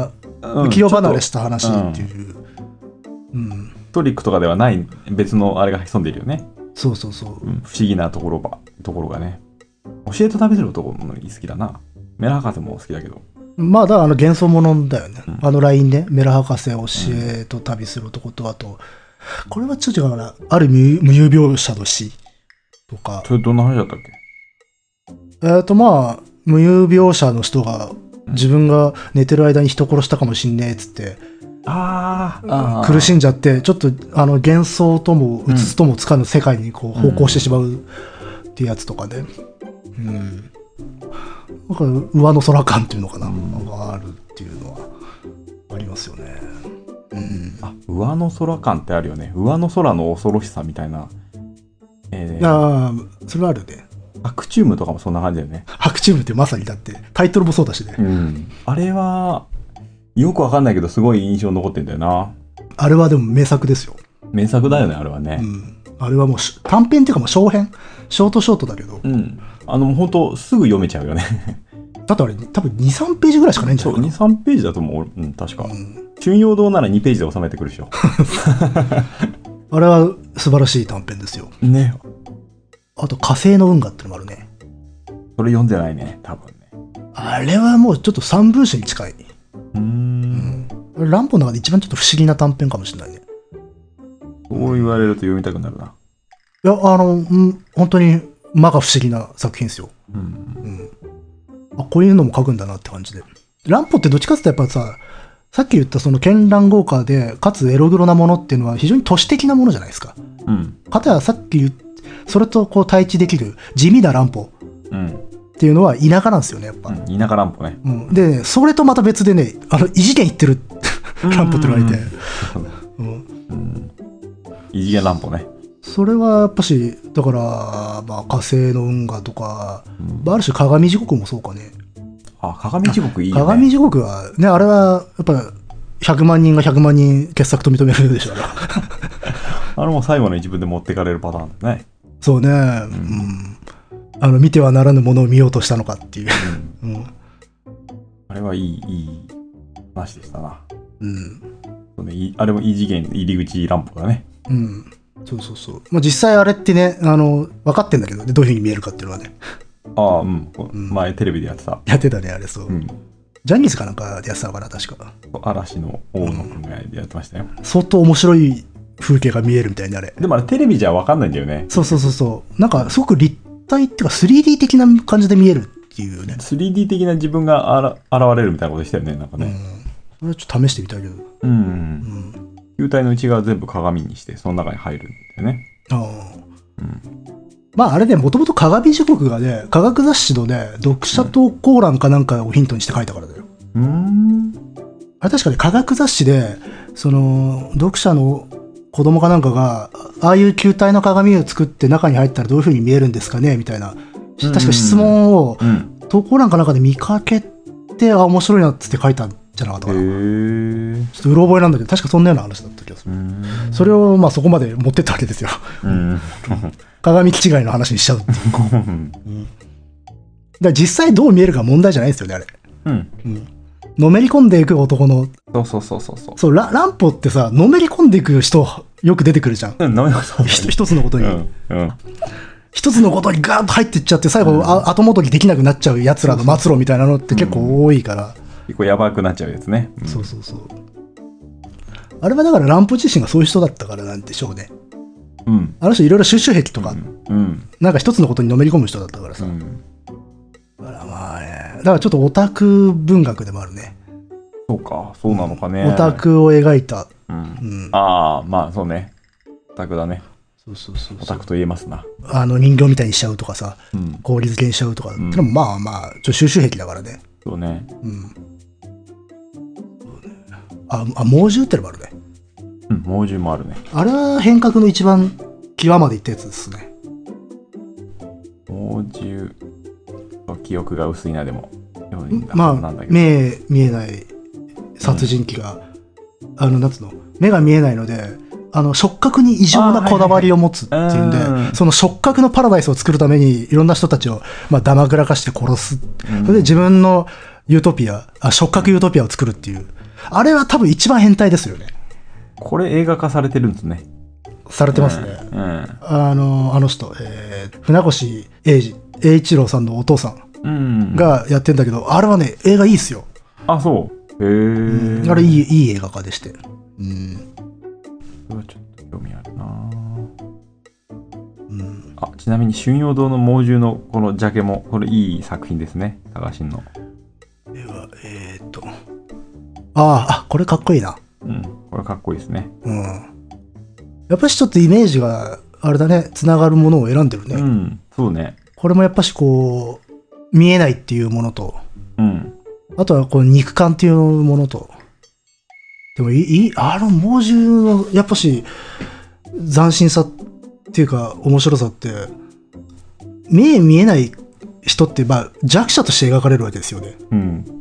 B: 浮世離れした話っていう、うんうん、
A: トリックとかではない別のあれが潜んでいるよね。
B: そうそうそう、
A: うん、不思議なところがところがね。教えと旅する男も好きだな。メラ博士も好きだけど。
B: まあだからあの幻想ものだよね、うん、あのラインでメラ博士教えと旅する男と、あとこれはちょっと違うかな、ある無有描写の詩とか。
A: それどんな話だったっけ？
B: えっとまあ無有描写の人が自分が寝てる間に人殺したかもしんねえっつって、
A: ああ
B: 苦しんじゃってちょっとあの幻想ともうつつともつかぬ世界にこう方向してしまうっていうやつとかね、うん、うん、なんか上の空感っていうのかな、うん、があるっていうのはありますよね、うん、
A: あ、上の空感ってあるよね。上の空の恐ろしさみたいな、
B: えー、ああそれはあるね。
A: アクチュームとかもそんな感じだよね。
B: アクチュームってまさにだってタイトルもそうだしね、
A: うん、あれはよくわかんないけどすごい印象残ってんだよな。
B: あれはでも名作ですよ。
A: 名作だよねあれはね、
B: うん、あれはもう短編っていうかもう小編ショートショートだけど、
A: うん、あの本当すぐ読めちゃうよね
B: だってあれ多分 にさんページぐらいしかないんじゃないかな。
A: そう にさんページだと思う、うん、確か、うん、春陽堂ならにページで収めてくるでしょ
B: あれは素晴らしい短編ですよ
A: ね。
B: あと火星の運河ってのもあるね。
A: それ読んでないね多分ね。
B: あれはもうちょっと三文詩に近い。
A: うーん、
B: うん、乱歩の中で一番ちょっと不思議な短編かもしれないね。
A: そう言われると読みたくなるな。
B: いやあの、うん、本当にまが不思議な作品ですよ、
A: うんうん、
B: あこういうのも書くんだなって感じで。乱歩ってどっちかっていうとやっぱさ、さっき言ったその絢爛豪華でかつエログロなものっていうのは非常に都市的なものじゃないですか、
A: うん、
B: かたやさっき言ったそれとこう対峙できる地味な乱歩っていうのは田舎なんですよねやっぱ、うん、
A: 田舎乱歩ね、
B: うん、でそれとまた別でねあの異次元行ってる乱歩ってのがいて、うんうん、
A: 異次元乱歩ね。
B: それはやっぱしだから、まあ、火星の運河とか、うん、ある種鏡地獄もそうかね。
A: あ、鏡地獄いいよね。
B: 鏡地獄はねあれはやっぱひゃくまんにんがひゃくまんにん傑作と認めるでしょ
A: あれも最後の一文で持ってかれるパターンだね。
B: そうね、うんうん、あの見てはならぬものを見ようとしたのかっていう、うんうん、
A: あれはいいいい話でしたな、
B: うん
A: そうね、あれも異次元入り口乱歩だね。
B: うん、そうそうそう、まあ、実際あれってねあの分かってんだけど、ね、どういう風に見えるかっていうのはね。
A: ああ、うん、うん、前テレビでやってた
B: やってたねあれ。そう、うん、ジャニーズかなんかでやってたのかな確か。
A: 嵐の大野くんがやってましたよ、
B: うん、相当面白い風景が見えるみたいにあれ。
A: でもあれテレビじゃ分かんないんだよね。
B: そうそうそうそう、なんかすごく立体っていうか スリーディー 的な感じで見えるっていうね。
A: スリーディー 的な自分があら現れるみたいなことでしたよねなんかね、うん、
B: それはちょっと試してみたいけど、
A: うん、うん、球体の内側全部鏡にしてその中に入るんだよね。
B: ああ、うん、まああれねもともと鏡時刻がね科学雑誌のね読者投稿欄かなんかをヒントにして書いたからだよ。
A: うーん、
B: あれ確かに科学雑誌でその読者の子供かなんかがああいう球体の鏡を作って中に入ったらどういう風に見えるんですかねみたいな確か質問を投稿欄かなんかで見かけて、あ面白いなっつって書いたんじゃなかったかな。へー、ちょっとうろ覚えなんだけど確かそんなような話だった気がする。それをまあそこまで持ってったわけですよ。うん鏡違いの話にしちゃうっていう、うん、だから実際どう見えるか問題じゃないですよねあれ、うんうん、のめり込んでいく男の
A: そうそうそうそうそう
B: そうラ乱歩ってさのめり込んでいく人よく出てくるじゃん、うん、一つのことに、うんうん、一つのことにガーッと入っていっちゃって最後、うん、あ後戻りできなくなっちゃうやつらの末路みたいなのって結構多いから、
A: うん、結構やばくなっちゃうやつね、
B: うん、そうそうそう、あれはだから乱歩自身がそういう人だったからなんでしょうね。うん、あの人いろいろ収集癖とか、うんうん、なんか一つのことにのめり込む人だったからさ、うん、だからまあねだからちょっとオタク文学でもあるね。
A: そうかそうなのかね、
B: オタクを描いた、
A: うんうん、ああまあそうねオタクだね。
B: そうそうそうそう、
A: オタクと言えますな。
B: あの人形みたいにしちゃうとかさ、うん、氷漬けにしちゃうとか、うん、それもまあまあちょっと収集癖だからね。
A: そうね、うん、
B: ああ猛獣ってのもあるね。
A: うん、猛獣もあるね。あ
B: れは変革の一番際までいったやつですね。
A: 猛獣記憶が薄いな。でも
B: まあ目見えない殺人鬼が、うん、あのなんつうの目が見えないのであの触覚に異常なこだわりを持つっていうんで、はいはいはい、その触覚のパラダイスを作るためにいろんな人たちをまあだまくらかして殺す、うん、それで自分のユートピアあ触覚ユートピアを作るっていうあれは多分一番変態ですよね。
A: これ映画化されてるんですね。
B: されてますね。
A: うんうん、
B: あの、あの人、えー、船越英二、英一郎さんのお父さんがやってんだけど、うん、あれはね、映画いいっすよ。
A: あ、そう。へー、
B: うん。あれいい、いい映画化でして。うん。
A: それはちょっと興味あるな。うん。あ、ちなみに春陽堂の猛獣のこのジャケも、これいい作品ですね。高橋の。
B: では、えーっと。ああ、これかっこいいな。
A: うん。これかっこいいですね。
B: うん。やっぱしちょっとイメージが、あれだね、つながるものを選んでるね。
A: うん、そうね。
B: これもやっぱしこう、見えないっていうものと、
A: うん。
B: あとはこう肉感っていうものと、でもいい、あの猛獣の、やっぱし、斬新さっていうか、面白さって、目見えない人って、まあ、弱者として描かれるわけですよね。
A: うん。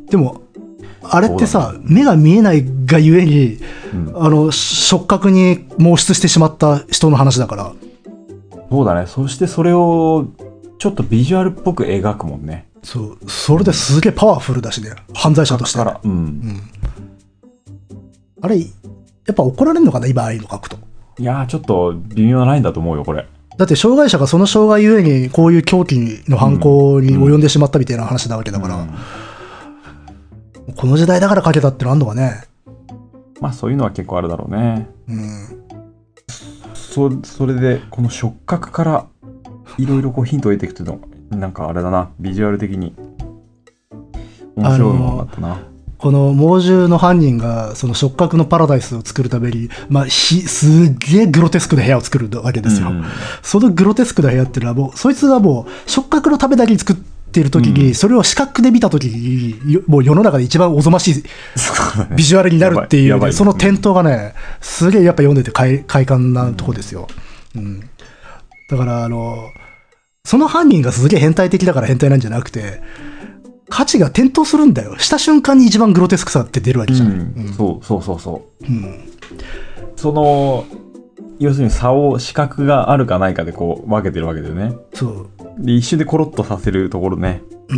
B: でも、あれってさ、ね、目が見えないがゆえに、うん、あの触覚に盲出してしまった人の話だから。
A: そうだね。そしてそれをちょっとビジュアルっぽく描くもんね。
B: そう、それですげえパワフルだしね、犯罪者として、ね。
A: から、うん、うん。
B: あれやっぱ怒られるのかな、今ああいうの書くと。
A: いやー、ちょっと微妙なラインだと思うよこれ。
B: だって障害者がその障害ゆえにこういう狂気の犯行に及んでしまったみたいな話なわけだから。うんうん、この時代だから書けたってのあんのかね。
A: まあそういうのは結構あるだろうね。うん。そ, それでこの触覚からいろいろこうヒントを得ていくというのなんかあれだな、ビジュアル的に面白いものだったな。
B: この猛獣の犯人がその触覚のパラダイスを作るために、まあ、ひすげえグロテスクな部屋を作るわけですよ。うん、そのグロテスクな部屋っていうのはもうそいつがもう触覚のためだけに作っている時に、うん、それを視覚で見た時にもう世の中で一番おぞましいビジュアルになるっていう、ね、その点灯がねすげえやっぱ読んでて快, 快感なとこですよ。うんうん、だからあのその犯人がすげえ変態的だから変態なんじゃなくて、価値が点灯するんだよ。した瞬間に一番グロテスクさって出るわけじゃない。うんうん、
A: そうそうそうそう、うん、その要するに差を視覚があるかないかでこう分けてるわけだよね。
B: そう
A: で一瞬でコロッとさせるところね、
B: うん、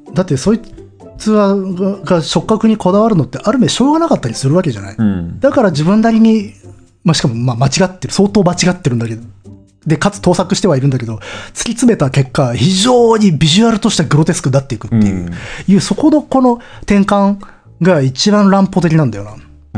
B: だってそいつはが触覚にこだわるのってある意味しょうがなかったりするわけじゃない、うん、だから自分なりに、まあ、しかもまあ間違ってる相当間違ってるんだけど、でかつ盗作してはいるんだけど、突き詰めた結果非常にビジュアルとしてグロテスクになっていくっていう、うん、いうそこのこの転換が一番乱歩的なんだよな、うんうん、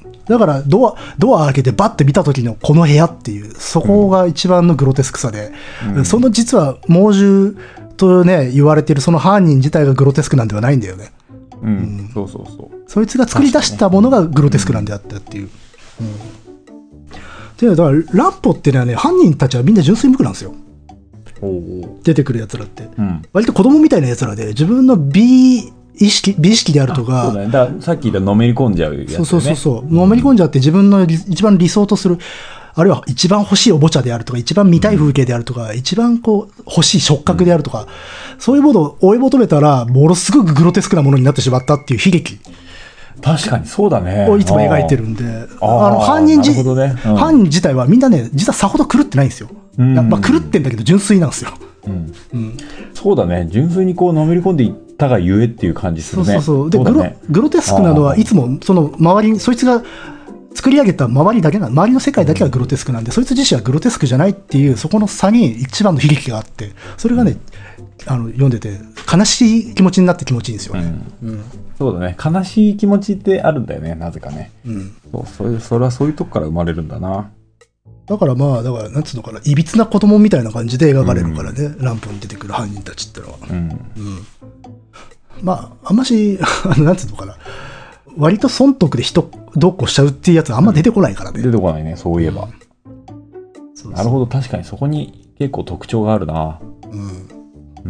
B: だからドアドア開けてバッて見た時のこの部屋っていうそこが一番のグロテスクさで、うん、その実は猛獣とね言われているその犯人自体がグロテスクなんではないんだよね、
A: うんうん、そうそうそう、
B: そいつが作り出したものがグロテスクなんであったっていう、うんうん、でだから乱歩っていうのはね、犯人たちはみんな純粋無垢なんですよ。おうおう出てくるやつらって、うん、割と子供みたいなやつらで自分の美意識美意識であるとか、
A: そうだね、だからさっき言ったのめり込んじゃうやつ、ね、
B: そうそうそうそう、のめり込んじゃって自分の一番理想とする、あるいは一番欲しいおもちゃであるとか、一番見たい風景であるとか、うん、一番こう欲しい触覚であるとか、うん、そういうものを追い求めたらものすごくグロテスクなものになってしまったっていう悲劇。
A: 確かにそうだね。
B: をいつも描いてるんで、ああの犯人じ、ね、うん、犯人自体はみんなね、実はさほど狂ってないんですよ。うん、まあ、狂ってんだけど純粋なんですよ。うん
A: うん、そうだね。純粋にこうのめり込んでいったがゆえっていう感じするね。
B: そうそうそう。で、そうだね、グロ、グロテスクなのはいつもその周りにそいつが作り上げた周りだけな、周りの世界だけがグロテスクなんで、うん、そいつ自身はグロテスクじゃないっていうそこの差に一番の悲劇があって、それがね、あの読んでて悲しい気持ちになって気持ちいいんですよね。うんうん、
A: そうだね。悲しい気持ちってあるんだよね、なぜかね。うん、そう、それ、それはそういうとこから生まれるんだな。
B: だからまあだからなんつうのかな、いびつな子供みたいな感じで描かれるからね、うん、乱歩に出てくる犯人たちってのは、うんうん、まああんましあのなんつうのかな、割と損得で人どっこしちゃうっていうやつはあんま出てこないからね、
A: うん、出てこないね、そういえば、うん、そうそう、なるほど、確かにそこに結構特徴があるな。うん、うん、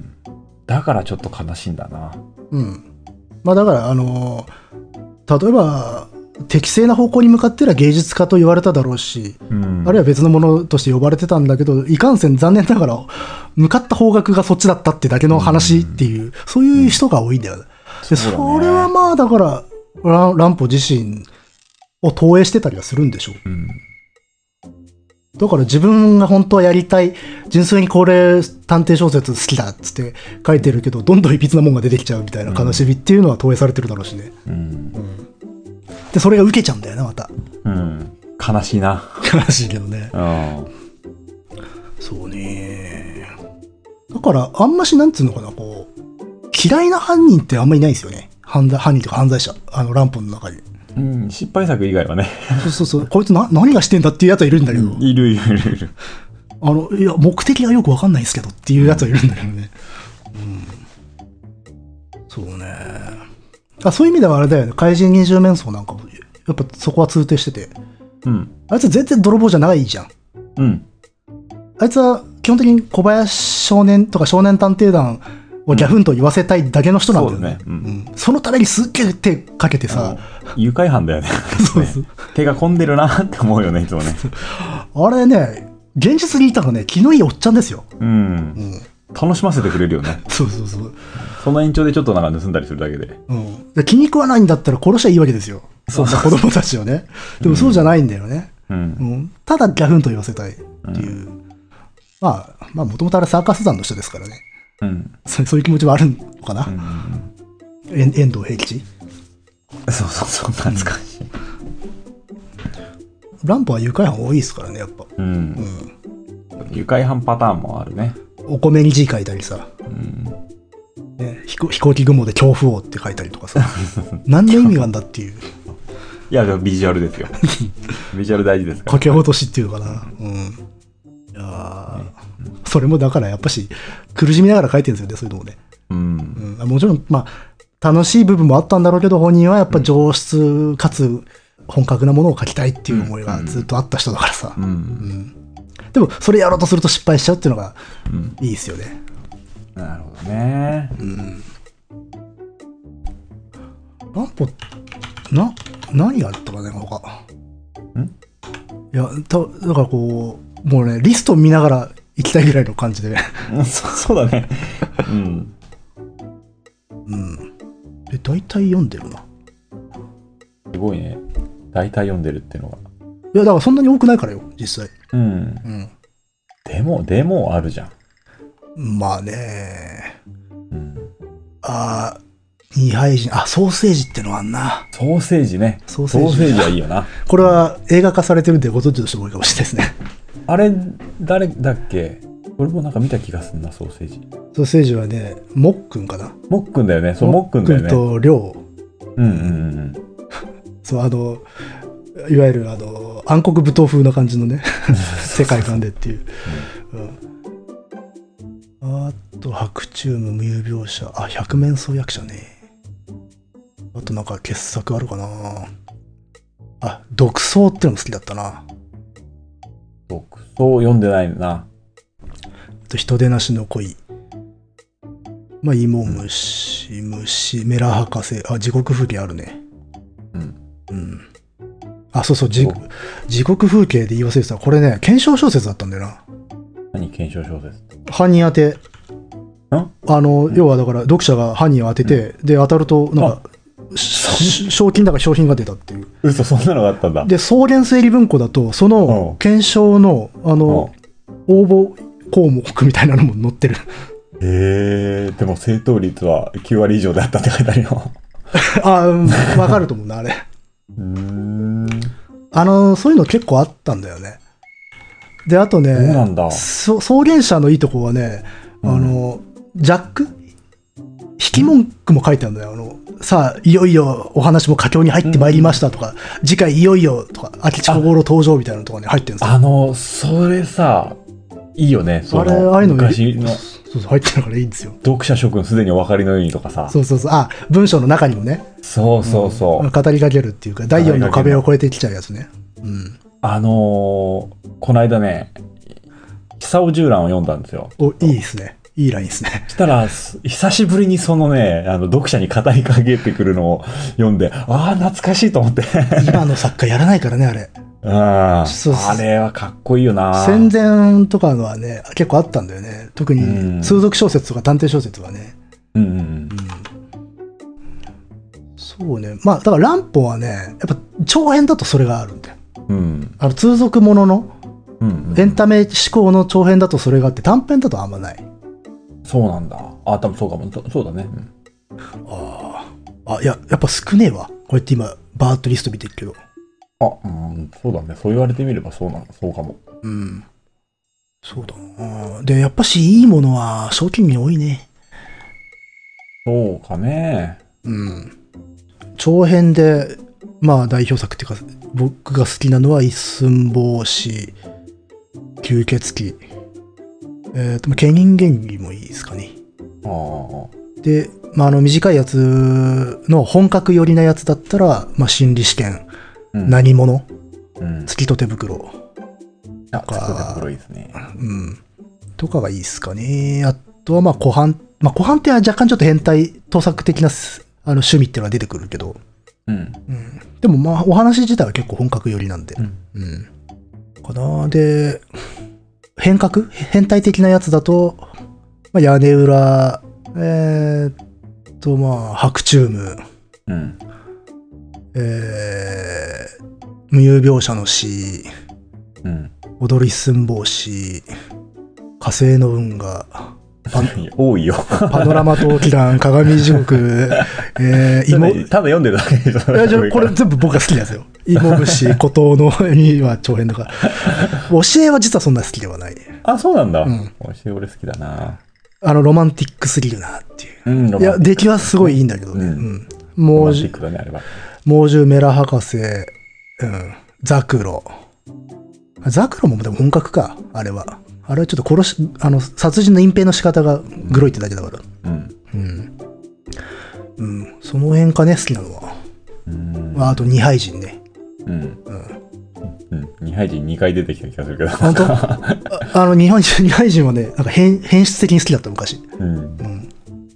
A: だからちょっと悲しいんだな。
B: うん、まあだからあの例えば適正な方向に向かっては芸術家と言われただろうし、うん、あるいは別のものとして呼ばれてたんだけど、いかんせん残念ながら向かった方角がそっちだったってだけの話っていう、うん、そういう人が多いんだよ、うん、で そ, ね、それはまあだから乱歩自身を投影してたりはするんでしょう、うん、 だから自分が本当はやりたい、純粋にこれ探偵小説好きだっつって書いてるけど、どんどんいびつなもんが出てきちゃうみたいな悲しみっていうのは投影されてるだろうしね。うんうん、で、それが受けちゃうんだよな、また。
A: うん。悲しいな。
B: 悲しいけどね。うん。そうね。だから、あんましなんつうのかな、こう、嫌いな犯人ってあんまりいないですよね。犯罪、犯人とか犯罪者。あの、乱歩の中に。
A: うん、失敗作以外はね。
B: そうそうそう。こいつな、何がしてんだっていうやつはいるんだけど。
A: うん、いるいるいる。
B: あの、いや、目的がよくわかんないですけどっていうやつはいるんだけどね。うん。そうね。あ、そういう意味ではあれだよね。怪人二十面相なんかも、やっぱそこは通底してて。うん。あいつ全然泥棒じゃないじゃん。うん。あいつは基本的に小林少年とか少年探偵団をギャフンと言わせたいだけの人なんだよね。うん、そうね。うん。そのためにすっげえ手かけてさ。
A: 愉快犯だよね。そうそう。手が込んでるなって思うよね、いつもね。
B: あれね、現実にいたらね、気のいいおっちゃんですよ。うん。うん、
A: 楽しませてくれるよね。
B: そうそうそう。
A: その延長でちょっとなんか盗んだりするだけで。
B: うん。で気に食わないんだったら殺しゃいいわけですよ。そうそう。子供たちをね。でもそうじゃないんだよね。うん。うん、ただギャフンと言わせたいっていう。うん、まあ、まあ、もともとあれサーカス団の人ですからね。うん。そ, そういう気持ちはあるのかな。うん、遠藤平吉。
A: そうそうそう、懐かしい。
B: 乱歩は愉快犯多いですからね、やっぱ。うん。うん、
A: 愉快犯パターンもあるね。
B: お米に字書いたりさ。うんね、飛, 飛行機雲で恐怖王って書いたりとかさ。何の意味があんだっていう。
A: いや、ビジュアルですよ。ビジュアル大事ですから、
B: ね。掛け落としっていうのかな。うん。いや、ね、それもだからやっぱし苦しみながら書いてるんですよね、そういうのもね。うん。うん、もちろん、まあ、楽しい部分もあったんだろうけど、本人はやっぱ上質かつ本格なものを書きたいっていう思いがずっとあった人だからさ。うんうん、でも、それやろうとすると失敗しちゃうっていうのがいいですよね。
A: うん、なるほどね。うん。
B: 乱歩、な、何があったかね、他。んいや、た、だからこう、もうね、リスト見ながら行きたいぐらいの感じで。
A: そ, そうだね。うん。
B: うん。え、大体読んでるな。
A: すごいね。大体読んでるっていうのが。
B: いや、だからそんなに多くないからよ、実際。うん。うん。
A: でも、でもあるじゃん。
B: まあね。うん。ああ、二杯人、あ、ソーセージってのあんな。
A: ソーセージね。ソーセージ。ソーセージはいいよな。
B: これは映画化されてるんでご存知の人も多いかもしれないですね。
A: あれ、誰だっけ？俺もなんか見た気がするな、ソーセージ。
B: ソーセージはね、もっくんかな。
A: もっくんだよね。そう、もっくんだよね。
B: もっくんとりょ
A: う。うんうんうん。そう、
B: あの、いわゆるあの、暗黒舞踏風な感じのね、世界観でっていう。うん、あと、白昼夢無有描写。あ、百面相役者ね。あとなんか傑作あるかな。あ、独創ってのも好きだったな。
A: 独創読んでないな。
B: あと人手なしの恋。まあ、芋虫、虫、メラ博士。あ、地獄風景あるね。うん。うん。あ、そうそう、地獄風景で言い忘れてた。これね、検証小説だったんだよな。
A: 何検証小説？
B: 犯人当て。んあの、要はだから読者が犯人を当てて、うん、で、当たると、なんか、賞金だか商品が出たっていう。
A: 嘘、そんなのがあったんだ。
B: で、草原整理文庫だと、その検証の、あの、応募項目みたいなのも載ってる。
A: へえー、でも正答率はきゅうわり以上であったって書いてあるよ。
B: あ、うん、わかると思うな、あれ。うーん。あの、そういうの結構あったんだよね。で、あとね、
A: そうなんだ。
B: 草原者のいいとこはね、あの、うん、ジャック引き文句も書いてあるんだよ。あの、さあ、いよいよお話も佳境に入ってまいりましたとか、うん、次回いよいよとか、秋地小五郎登場みたいなのとかね、入ってるんですよ。
A: あの、それさ、いいよね。
B: それ、ああいうの昔の。そうそう、入ってるからいいんですよ。
A: 読者諸君すでにお分かりのようにとかさ。
B: そうそうそう。あ、文章の中にもね。
A: そうそうそう。
B: うん、語りかけるっていうか、だいよんの壁を越えてきちゃうやつね。うん。
A: あのー、この間ね、久尾十覧を読んだんですよ。
B: お、いいですね。いいラインですね。
A: したら、久しぶりにそのね、あの、読者に語りかけてくるのを読んで、ああ、懐かしいと思って。
B: 今の作家やらないからね、あれ。
A: ああれはかっこいいよな。
B: 戦前とかのはね、結構あったんだよね。特に通俗小説とか探偵小説はね。うんうんうん。そうね。まあ、だから乱歩はね、やっぱ長編だとそれがあるんだよ。うん。あの、通俗ものの
A: うんうん、
B: エンタメ志向の長編だとそれがあって短編だとあんまない。
A: そうなんだ。あ、多分そうかも。そうだね。うん、
B: ああ。あ、いや、やっぱ少ねえわ。こうやって今、バーッとリスト見てるけど。
A: あ、うん、そうだね。そう言われてみればそうなの、そうかも。
B: うん。そうだな。で、やっぱしいいものは賞金に多いね。
A: そうかね。
B: うん。長編で、まあ代表作っていうか、僕が好きなのは一寸法師、吸血鬼。えっ、ー、と、ケニン原理もいいですかね。
A: ああ。
B: で、まあ、あの短いやつの本格寄りなやつだったら、まあ、心理試験、うん、何者、うん、月と手袋
A: とか、月と手袋いいですね。
B: うん。とかがいいですかね。あとは、まあ、湖畔、まあ、湖畔って若干ちょっと変態、盗作的なあの趣味っていうのが出てくるけど、うん。うん、でも、まあ、お話自体は結構本格寄りなんで、うん。うん、かな。で、変革変態的なやつだと、まあ、屋根裏、えー、っと、まあ、白チューム、うん、えー、無有描写の詩、うん、踊り寸法師、火星の運河、
A: 多いよ。
B: パノラマ闘気団、鏡地獄、えー、
A: 芋、ただ読んでるだけでしょ。
B: いや、じゃこれ全部僕が好きなんですよ。芋虫、孤島のには長編とか。教えは実はそんな好きではない。
A: あ、そうなんだ。うん、教え俺好きだな。
B: あの、ロマンティックすぎるなっていう。うん、いや、出来はすごいいいんだけどね。うん。猛獣、猛獣メラ博士、うん。ザクロ。ザクロもでも本格か、あれは。あれはちょっと殺し、あの、殺人の隠蔽の仕方がグロいってだけだから。うん。うん。うん。その辺かね、好きなのは。うん。あと、二廃人ね。うん。うん。
A: うん。二廃人にかい出てきた気がするけど。
B: 本当あ, あの、二廃人、二廃人はね、なんか変、変質的に好きだった昔。うん。うん。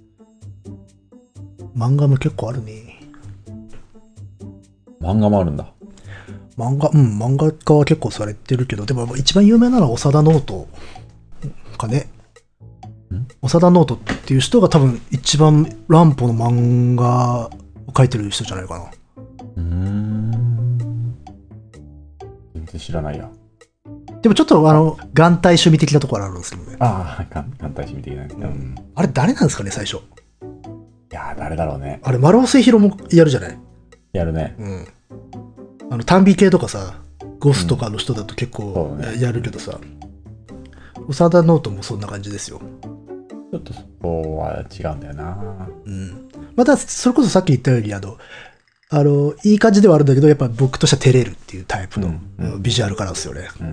B: 漫画も結構あるね。
A: 漫画もあるんだ。
B: 漫画、うん、漫画家は結構されてるけど、でも一番有名なのは長田ノートかね。長田ノートっていう人が多分一番乱歩の漫画を描いてる人じゃないかな。うーん。
A: 全然知らないや。
B: でもちょっとあの、眼帯趣味的なところあるんですけどね。
A: ああ、眼帯趣味的な、ね。うん。
B: あれ誰なんですかね、最初。い
A: やー、誰だろうね。
B: あれ、丸尾末広もやるじゃない？
A: やるね。
B: うん。あの、短美系とかさ、ゴスとかの人だと結構やるけどさ、うんね、長田ノートもそんな感じですよ。
A: ちょっとそこは違うんだよな。
B: うん。また、それこそさっき言ったように、あの、あの、いい感じではあるんだけど、やっぱ僕としては照れるっていうタイプの、うんうん、ビジュアルからですよね。うんうん、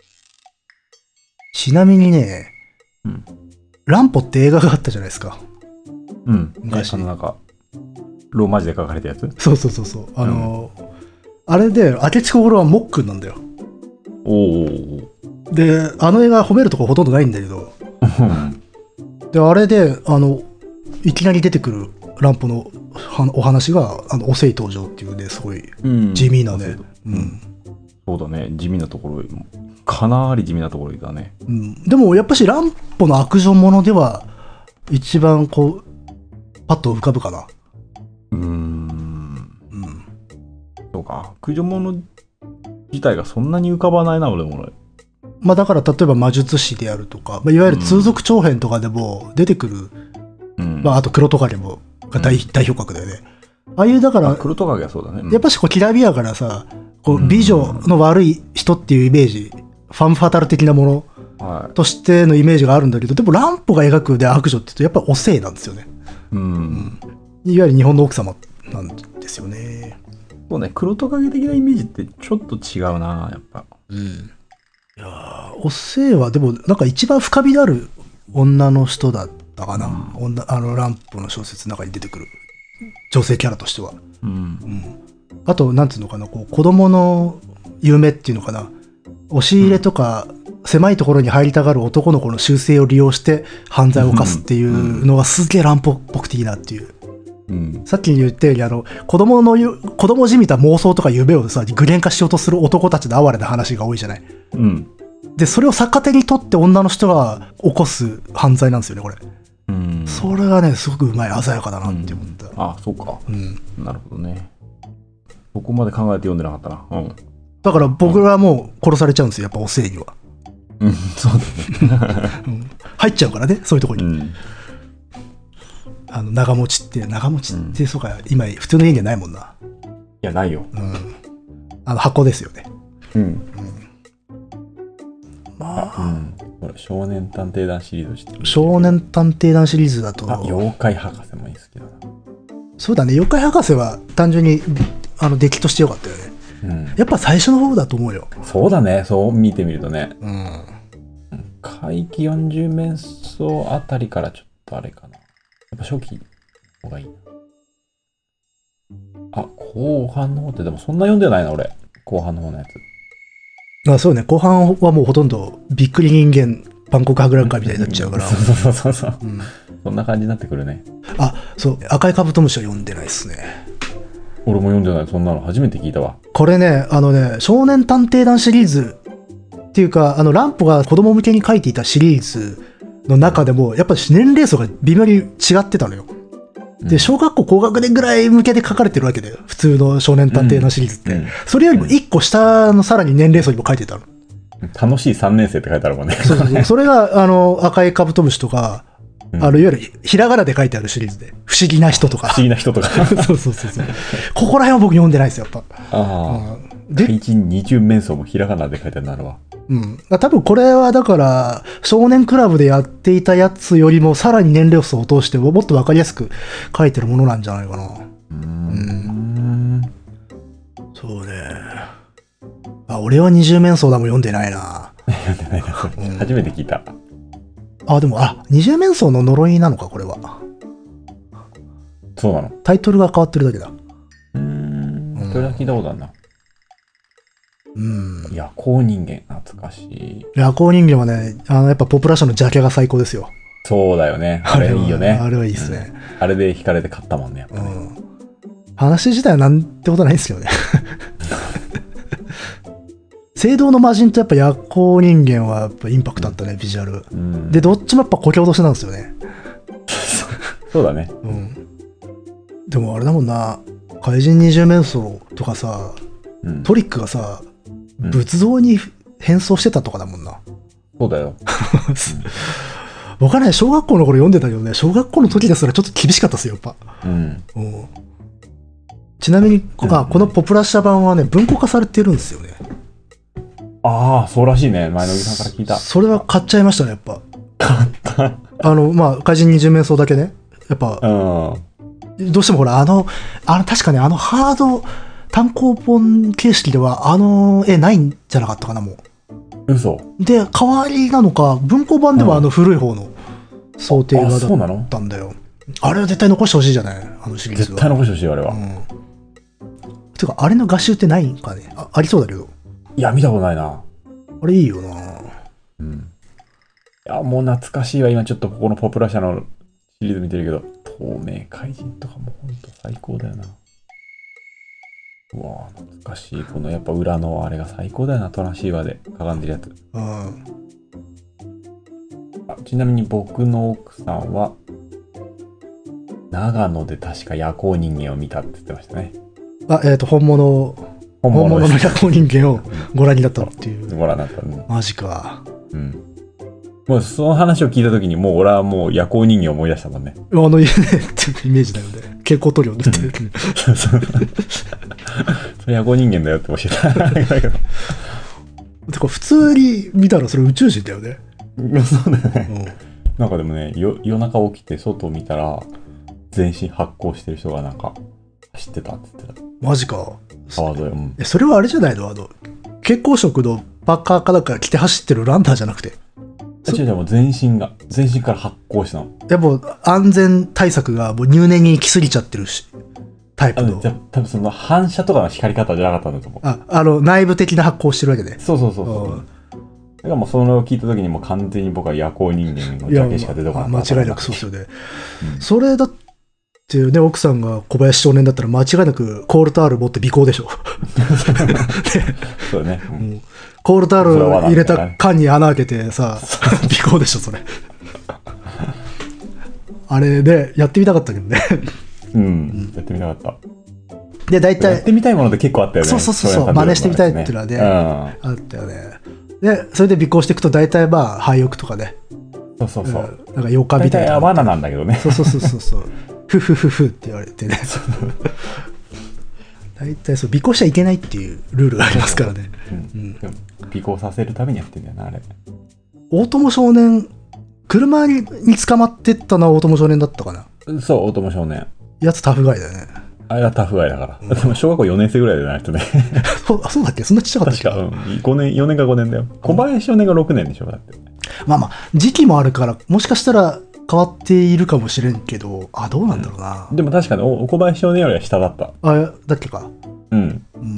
B: ちなみにね、うん、乱歩って映画があったじゃないですか。
A: うん。昔。あのなんか、ローマ字で書かれたやつ？
B: そうそうそうそう。あの、うん、あれで、明智小五郎はモックンなんだよ。おー。で、あの映画褒めるとこほとんどないんだけど、で、あれで、あの、いきなり出てくる乱歩のお話が、あの、おせい登場っていうね、すごい地味なね。うん。うん、
A: そうだね。地味なところ、かなり地味なところだね。
B: うん。でも、やっぱし乱歩の悪女ものでは、一番こう、パッと浮かぶかな。うーん。うん。
A: そうか。悪女もの自体がそんなに浮かばないな、俺も。
B: まあだから例えば魔術師であるとか、まあ、いわゆる通俗長編とかでも出てくる、うん、まああと黒トカゲもが 代,、うん、代表格だよね。ああいうだから、
A: 黒トカゲはそうだね。うん、
B: やっぱしこうきらびやかなさ、こう美女の悪い人っていうイメージ、ファンファタル的なものとしてのイメージがあるんだけど、でも乱歩が描くで悪女って言うとやっぱりおせいなんですよね。うん。うん、いわゆる日本の奥様なんですよね。
A: そうね、黒トカゲ的なイメージってちょっと違うな、やっぱ。うん。
B: いやー、おせいはでもなんか一番深みのある女の人だったかな、うん、女あの乱歩の小説の中に出てくる女性キャラとしては、うんうん、あとなんていうのかな、こう子供の夢っていうのかな、押し入れとか狭いところに入りたがる男の子の習性を利用して犯罪を犯すっていうのがすげえ乱歩っぽくていいなっていう、うん、さっき言ったようにあの子供の子供じみた妄想とか夢をさ具現化しようとする男たちの哀れな話が多いじゃない。うん、でそれを逆手に取って女の人が起こす犯罪なんですよねこれ。うん、それがねすごくうまい鮮やかだなって思った。
A: うん、ああそうか、うん、なるほどね。そこまで考えて読んでなかったな。うん、
B: だから僕はもう殺されちゃうんですよ、やっぱおせいには。
A: うん、そうだね。
B: うん、入っちゃうからね、そういうとこに。
A: うん、
B: あの長持ちって、長持ちって、そうか、今、普通の家にはないもんな。
A: いや、ないよ。
B: うん。あの箱ですよね。
A: うん。うん、
B: まあ、
A: うん。これ少年探偵団シリーズしてる。
B: 少年探偵団シリーズだと。
A: あ、妖怪博士もいい好きだな。
B: そうだね、妖怪博士は単純に、あの、出来としてよかったよね。うん、やっぱ最初の方だと思うよ。
A: そうだね、そう見てみるとね。
B: うん。
A: 怪奇よんじゅう面相あたりからちょっとあれかな。やっぱ初期の方がいいな。あ、後半の方ってでもそんな読んでないな、俺。後半の方のやつ。
B: あ、そうね、後半はもうほとんどびっくり人間、万国博覧会みたいになっちゃうから。
A: そうそうそうそう。うん、そんな感じになってくるね。
B: あ、そう、赤いカブトムシは読んでないですね。
A: 俺も読んでない、そんなの初めて聞いたわ。
B: これね、あのね、少年探偵団シリーズっていうか、あの、乱歩が子供向けに書いていたシリーズの中でも、やっぱり年齢層が微妙に違ってたのよ。で、小学校高学年ぐらい向けで書かれてるわけだよ。普通の少年探偵団シリーズって。うんうん、それよりも一個下のさらに年齢層にも書いてたの。
A: 楽しいさんねん生って書いてあるもんね。
B: そうそうそう。それが、あの、赤いカブトムシとか、あの、いわゆるひらがなで書いてあるシリーズで、不思議な人とか。
A: 不思議な人とか。
B: そうそうそうそう。ここら辺は僕読んでないですよ、やっぱ。
A: ああ。怪人二十面相もひらがなで書いてあるなるわ。
B: うん。多分これはだから、少年クラブでやっていたやつよりもさらに年齢層を通してもっとわかりやすく書いてるものなんじゃないかな。うーん。そうね。あ、俺は二十面相だも読んでないな。
A: 読んでないな。初めて聞いた。
B: あ、でも、あ、二十面相の呪いなのか、これは。
A: そうなの？
B: タイトルが変わってるだけだ。
A: うーん。それは聞いたことあるな。
B: うん。
A: 夜行人間、懐かしい。
B: 夜行人間はね、あの、やっぱポプラ社のジャケが最高ですよ。
A: そうだよね。あれいいよね。
B: あれはいいですね、
A: うん。あれで惹かれて買ったもんね、やっぱね。うん、
B: 話自体はなんてことないんですけどね。聖堂の魔人とやっぱ夜行人間はやっぱインパクトあったね、うん、ビジュアル、うん。で、どっちもやっぱ故郷年なんですよね。
A: そうだね。
B: うん。でもあれだもんな、怪人二十面相とかさ、うん、トリックがさ、仏像に変装してたとかだもんな。
A: そうだよ。
B: 僕はね、小学校の頃読んでたけどね、小学校の時ですらちょっと厳しかったですよ、やっぱ。うん。うん、ちなみに、あ、このポプラ社版はね、文庫化されてるんですよね。
A: ああ、そうらしいね。前野木さんから聞いた。
B: それは買っちゃいましたね、やっぱ。
A: 買った
B: あの、まあ、怪人二十面相だけね。やっぱ、うん、どうしてもほら、あの、あの、確かね、あのハード単行本形式では、あの絵ないんじゃなかったかな、も
A: う。嘘。
B: で、代わりなのか、文庫版ではあの古い方の想定画だったんだよ。あれは絶対残してほしいじゃない、あのシリーズは。
A: 絶対残してほしい、あれは。うん。
B: てか、あれの画集ってないんかね。 あ, ありそうだけど。
A: いや、見たことないな。
B: あれいいよな。
A: うん。いや、もう懐かしいわ。今ちょっとここのポプラ社のシリーズ見てるけど、透明怪人とかもほんと最高だよな。うわぁ、懐かしい。このやっぱ裏のあれが最高だよな。トランシーバーでかがんでるやつ。うん。あ、ちなみに僕の奥さんは、長野で確か夜行人間を見たって言ってましたね。
B: あ、えっと、本物、本物の夜行人間をご覧になったっていう。
A: ご覧になった。うん、
B: マジか。うん。
A: もうその話を聞いたときに、もう俺はもう夜行人間を思い出したもんね。
B: あの、イメージだよね。蛍光塗料塗ってる。そうそう。
A: それ夜行人間だよって教えた。
B: てか、普通に見たらそれ宇宙人だよね。
A: そうだよね。うん、なんかでもね、よ夜中起きて外を見たら、全身発光してる人がなんか走ってたって言ってた。
B: マジか。
A: 川沿い。うん、
B: え、それはあれじゃないの、あの、蛍光色のパッカーかなんか着て走ってるランナーじゃなくて。
A: 違う違う、もう全身が、全身から発光したの。
B: やっぱ安全対策がもう入念に行き過ぎちゃってるし、タイプの。
A: じゃ多分その反射とかの光り方じゃなかったんだと思う。
B: あ、あの、内部的な発光してるわけで。
A: そうそうそうそう。だからもうそれを聞いた時にもう完全に僕は夜行人間のジャケしか出てこなかった。
B: 間違いなくそうですよね。うん、それだってね、奥さんが小林少年だったら間違いなくコールタール持って尾行でしょ。
A: そうだね。うん、
B: コールタール入れた缶に穴開けてさ、尾行でしょ、それ。あれで、やってみたかったけどね。
A: うん、うん、やってみたかった。
B: で、大体。
A: やってみたいもので結構あったよね。
B: そうそうそうそう、真似してみたいっていうのはね、うん、あったよね。で、それで尾行していくと大体まあ、廃屋とかね。
A: そうそうそう。
B: うん、なんか洋館みたいな。
A: 大体罠なんだけどね。
B: そうそうそうそうそう。ふふふふって言われてね。大体そう、尾行しちゃいけないっていうルールがありますからね。
A: 尾行させるためにやってんだよな、あれ。
B: 大友少年、車に捕まってったのは大友少年だったかな。
A: そう、大友少年。
B: やつタフガイだよね。
A: あれはタフガイだから。うん、でも小学校よねん生ぐらいじゃないとね。
B: そう、あ、そうだっけ、そんなちっちゃかったっけ。
A: 確か、うん。ごねん、よねんかごねんだよ。小林少年がろくねんでしょ、だって。
B: まあまあ、時期もあるから、もしかしたら変わっているかもしれんけど、あ、どうなんだろうな。
A: うん、でも確かに、お小林少年よりは下だった。
B: あ、だっけか。
A: うん。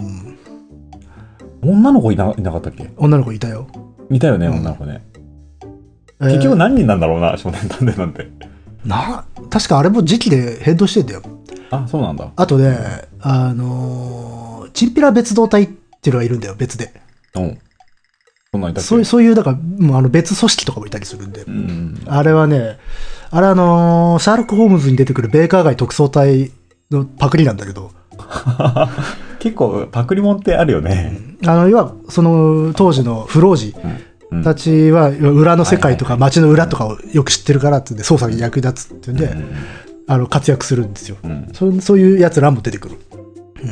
A: うん。女の子いな、いなかったっけ。
B: 女の子いたよ。
A: いたよね、うん、女の子ね。結局何人なんだろうな、少年探偵なんて。
B: な、確かあれも時期で変動してんだよ。
A: あ、そうなんだ。
B: あとね、あのー、チンピラ別動隊っていうのがいるんだよ、別で。
A: うん。そんなんいたっけ。
B: そういう、そういう、だから、もうあの別組織とかもいたりするんで。うん、あれはね、あれあのー、シャーロック・ホームズに出てくるベーカー街特捜隊のパクリなんだけど。
A: 結構パクリもんってあるよね。
B: うん、あの、要は、その当時の不老児。うん、たちは裏の世界とか街の裏とかをよく知ってるからってんで捜査に役立つっていうんで、うん、あの活躍するんですよ、うん、そ, そういうやつらも出てくる。
A: うん、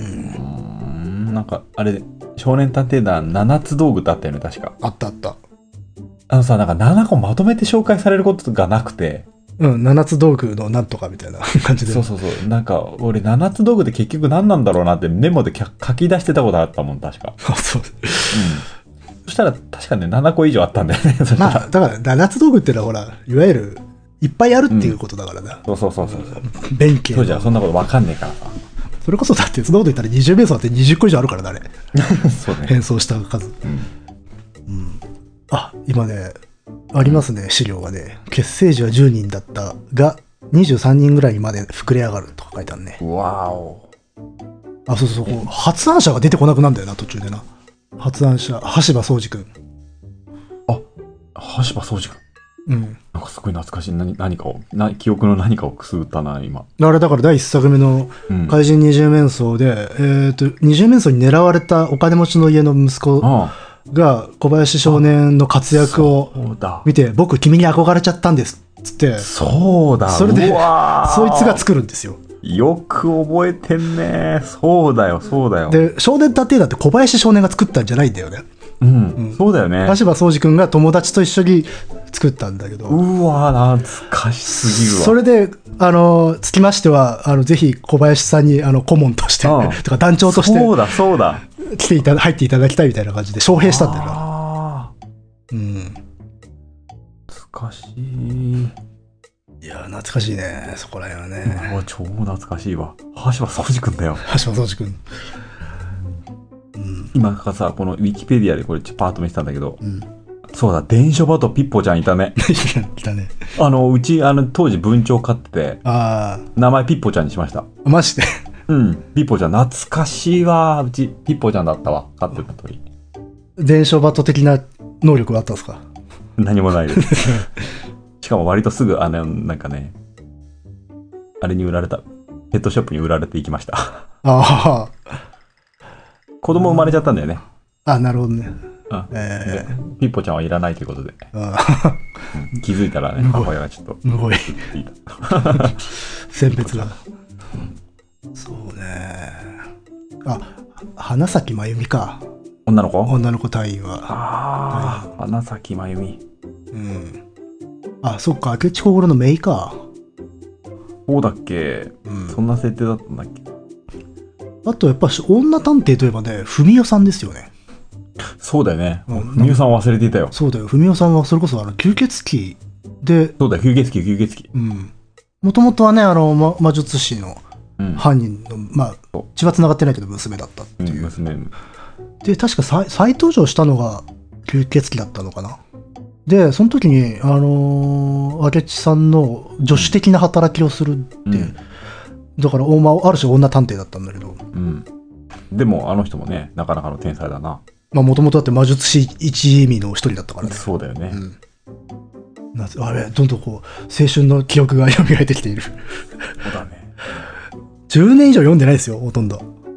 A: なんかあれ少年探偵団ななつ道具ってあったよね、確か。
B: あったあった。
A: あのさ、なんかななこまとめて紹介されることがなくて、
B: うん、ななつ道具のなんとかみたいな感じで。
A: そうそうそう、なんか俺ななつ道具って結局何なんだろうなってメモで書き出してたことあったもん、確か。
B: そう、うん、
A: そしたら確かねななこ以上あったんだよね。
B: まあだからななつ道具ってのはほらいわゆるいっぱいあるっていうことだからな、
A: うん、そうそうそうそう、
B: 弁慶
A: 当時はそんなこと分かんねえからさ。
B: それこそだってそんなこと言ったらにじゅうめんそうだってにじゅっこ以上あるからな、あれ。
A: そうね、
B: 変装した数、うんうん、あ、今ねありますね、資料がね。結成時はじゅうにんだったがにじゅうさんにんぐらいまで膨れ上がるとか書いてあるね。
A: わお。
B: あ、そうそうそう、うん、発案者が出てこなくなるんだよな、途中でな。発案者、橋場宗司君。
A: あ、橋場宗司君。
B: うん。
A: なんかすごい懐かしい。何、何かを、な記憶の何かをくすぐったな、今。
B: あれだから第一作目の怪人二十面相で、うん、えっと、二十面相に狙われたお金持ちの家の息子が小林少年の活躍を見て、僕君に憧れちゃったんです。つって。
A: そうだ。
B: それで、そいつが作るんですよ。
A: よく覚えてんね。そうだよ、そうだよ。
B: で、少年探偵団って小林少年が作ったんじゃないんだよね。
A: うん、うん、そうだよね。
B: 橋場宗司君が友達と一緒に作ったんだけど。
A: うわ、懐かしすぎるわ。
B: それで、あの、つきましては、あの、ぜひ小林さんに、あの、顧問として、うん、とか団長として、
A: そうだ、そうだ。
B: 来ていただ、入っていただきたいみたいな感じで招聘したんだよな。ああ。うん。
A: 懐かしい。
B: いや、懐かしいね、そこら辺はね。
A: うわ、超懐かしいわ。橋場宗司君だよ。
B: 橋場宗司君。
A: うん、今かさ、このウィキペディアでこれパーッと見てたんだけど、うん、そうだ、伝書バトピッポちゃんいたね。
B: いたね。あ
A: の、うち、あの、当時文鳥飼ってて、あ名前ピッポちゃんにしました。
B: マジで。
A: うん、ピッポちゃん、懐かしいわ。うち、ピッポちゃんだったわ。飼ってた鳥。
B: 伝書バト的な能力があったんですか？
A: 何もないです。しかも割とすぐ、あの、なんかね、あれに売られた、ペットショップに売られていきました。ああ。子供生まれちゃったんだよね。
B: あ、なるほどね。
A: あ、えー、ピッポちゃんはいらないということで。あうん、気づいたらね、母親がちょっと。
B: むごい。選別が。そうね。あ、花咲真由美か。
A: 女の子？
B: 女の子隊員は。
A: ああ、花咲真由美。うん。
B: あ、そっか、明智小五郎の姪か。
A: そうだっけ、うん、そんな設定だったんだっけ。
B: あとやっぱ女探偵といえばね、文代さんですよね。
A: そうだよね。文代さん忘れていたよ。
B: そうだよ。文代さんはそれこそあの吸血鬼で。
A: そうだよ、吸血鬼、吸血鬼。
B: うん。もともとはね、あの、ま、魔術師の犯人の、うん、まあ、血は繋がってないけど娘だったっていう。うん、娘。で、確か再再登場したのが吸血鬼だったのかな。で、その時に、あのー、明智さんの助手的な働きをするって、うん、だから、まあ、ある種女探偵だったんだけど。うん。
A: でも、あの人もね、なかなかの天才だな。
B: まあ、もともとだって魔術師一味の一人だったからね。
A: そうだよね。うん、
B: なあれ、どんどんこう、青春の記憶が蘇ってきている。そう
A: だね。
B: じゅうねん以上読んでないですよ、ほとんど。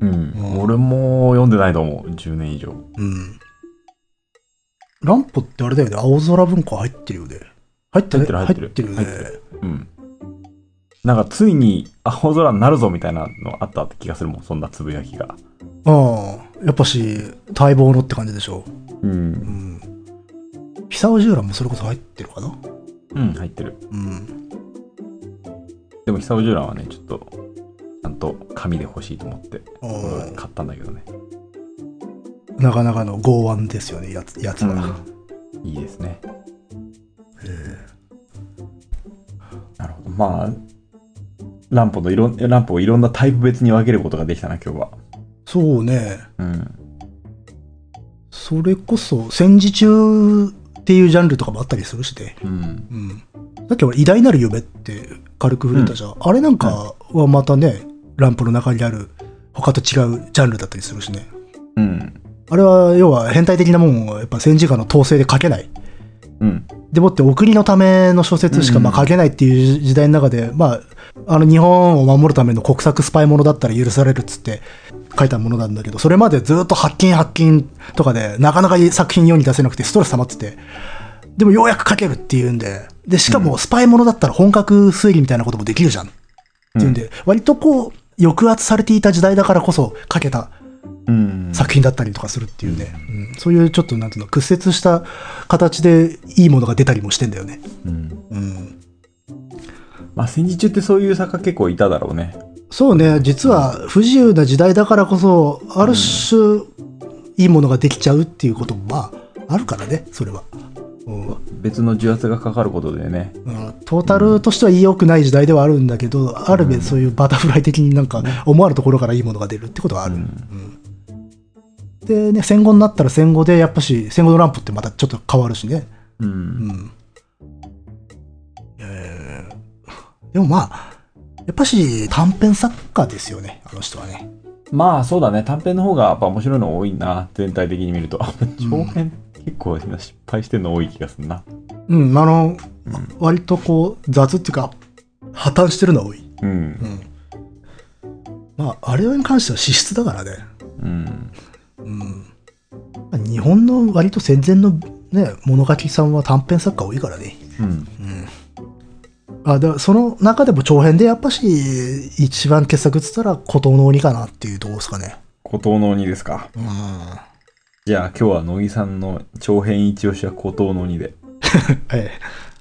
A: うん。うん、俺も読んでないと思う。じゅうねん以上。
B: うん。乱歩ってあれだよね。青空文庫入ってるよね。入ってる
A: 入ってる入ってる。
B: 入ってるよね。
A: うん。なんかついに青空になるぞみたいなのあったって気がするもん。そんなつぶやきが。
B: ああ。やっぱし、待望のって感じでしょ。
A: うん。うん。
B: 久尾十蘭もそれこそ入ってるかな？
A: うん、入ってる。うん。でも久尾十蘭はね、ちょっと、ちゃんと紙で欲しいと思って、買ったんだけどね。
B: なかなかの剛腕ですよね、やつ、やつは。
A: うん、いいですね。なるほど。まあ、乱歩のいろん、乱歩をいろんなタイプ別に分けることができたな、今日は。
B: そうね。
A: うん。
B: それこそ、戦時中っていうジャンルとかもあったりするしね。うん。うん。さっきは偉大なる夢って軽く触れたじゃん。うん、あれなんかはまたね、乱歩の中にある他と違うジャンルだったりするしね。
A: うん。
B: あれは要は変態的なもんをやっぱ戦時下の統制で書けない。
A: うん。
B: でもってお国のための小説しかまあ書けないっていう時代の中で、まあ、あの日本を守るための国策スパイものだったら許されるっつって書いたものなんだけど、それまでずっと発禁発禁とかでなかなか作品世に出せなくてストレス溜まってて、でもようやく書けるっていうんで、で、しかもスパイものだったら本格推理みたいなこともできるじゃんっていうんで、割とこう抑圧されていた時代だからこそ書けた作品だったりとかするっていうね、うん、そういうちょっとなんていうの屈折した形でいいものが出たりもしてんだよね。うんうん、
A: まあ戦時中ってそういう作家結構いただろうね。
B: そうね、実は不自由な時代だからこそある種、うん、いいものができちゃうっていうこともまああるからね、それは。うん、
A: 別の重圧がかかることでね、
B: うん、トータルとしては良くない時代ではあるんだけど、うん、あるべそういうバタフライ的になんか思わぬところからいいものが出るってことはある。うんうんでね、戦後になったら戦後でやっぱし戦後の乱歩ってまたちょっと変わるしね。うん。うん、えー、でもまあやっぱし短編作家ですよね、あの人はね。
A: まあそうだね、短編の方がやっぱ面白いの多いな、全体的に見ると。長編、うん、結構失敗してるの多い気がするな。
B: うん、あの、うん、割とこう雑っていうか破綻してるのは多い。うん。うん、まああれに関しては資質だからね。うん。うん、日本の割と戦前の、ね、物書きさんは短編作家多いからね。うんうん、あだその中でも長編でやっぱし一番傑作っつったら孤島の鬼かなっていうところですかね。
A: 孤島の鬼ですか。うん、じゃあ今日は乃木さんの長編一押しは孤島の鬼で。はい、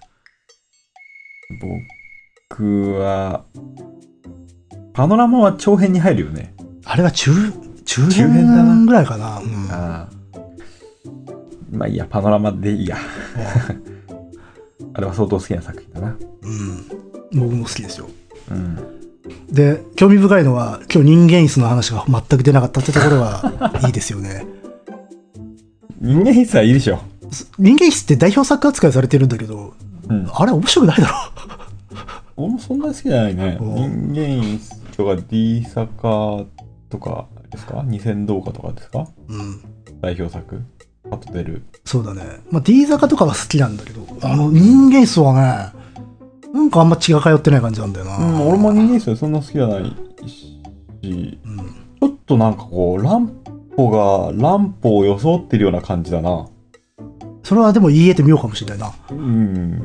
A: 僕はパノラマは長編に入るよね。
B: あれは中中編ぐらいかな。うん、あ
A: まあいいや、パノラマでいいや。あれは相当好きな作品だな。
B: うん。僕も好きですよ。うん。で、興味深いのは、今日人間椅子の話が全く出なかったってところはいいですよね。
A: 人間椅子はいいでしょ。
B: 人間椅子って代表作扱いされてるんだけど、うん、あれ面白くないだろ。
A: 俺もそんなに好きじゃないね。人間椅子とか D 坂とかですか？二千動画とかですか？うん。代表作あと出る。
B: そうだね。まあ D 坂とかは好きなんだけど、あの人間椅子はね、なんかあんま血が通ってない感じなんだよな。
A: うん、俺も人間椅子はそんな好きじゃないし、うん、ちょっとなんかこう乱歩が乱歩を装ってるような感じだな。
B: それはでも言えてみようかもしれないな。うん。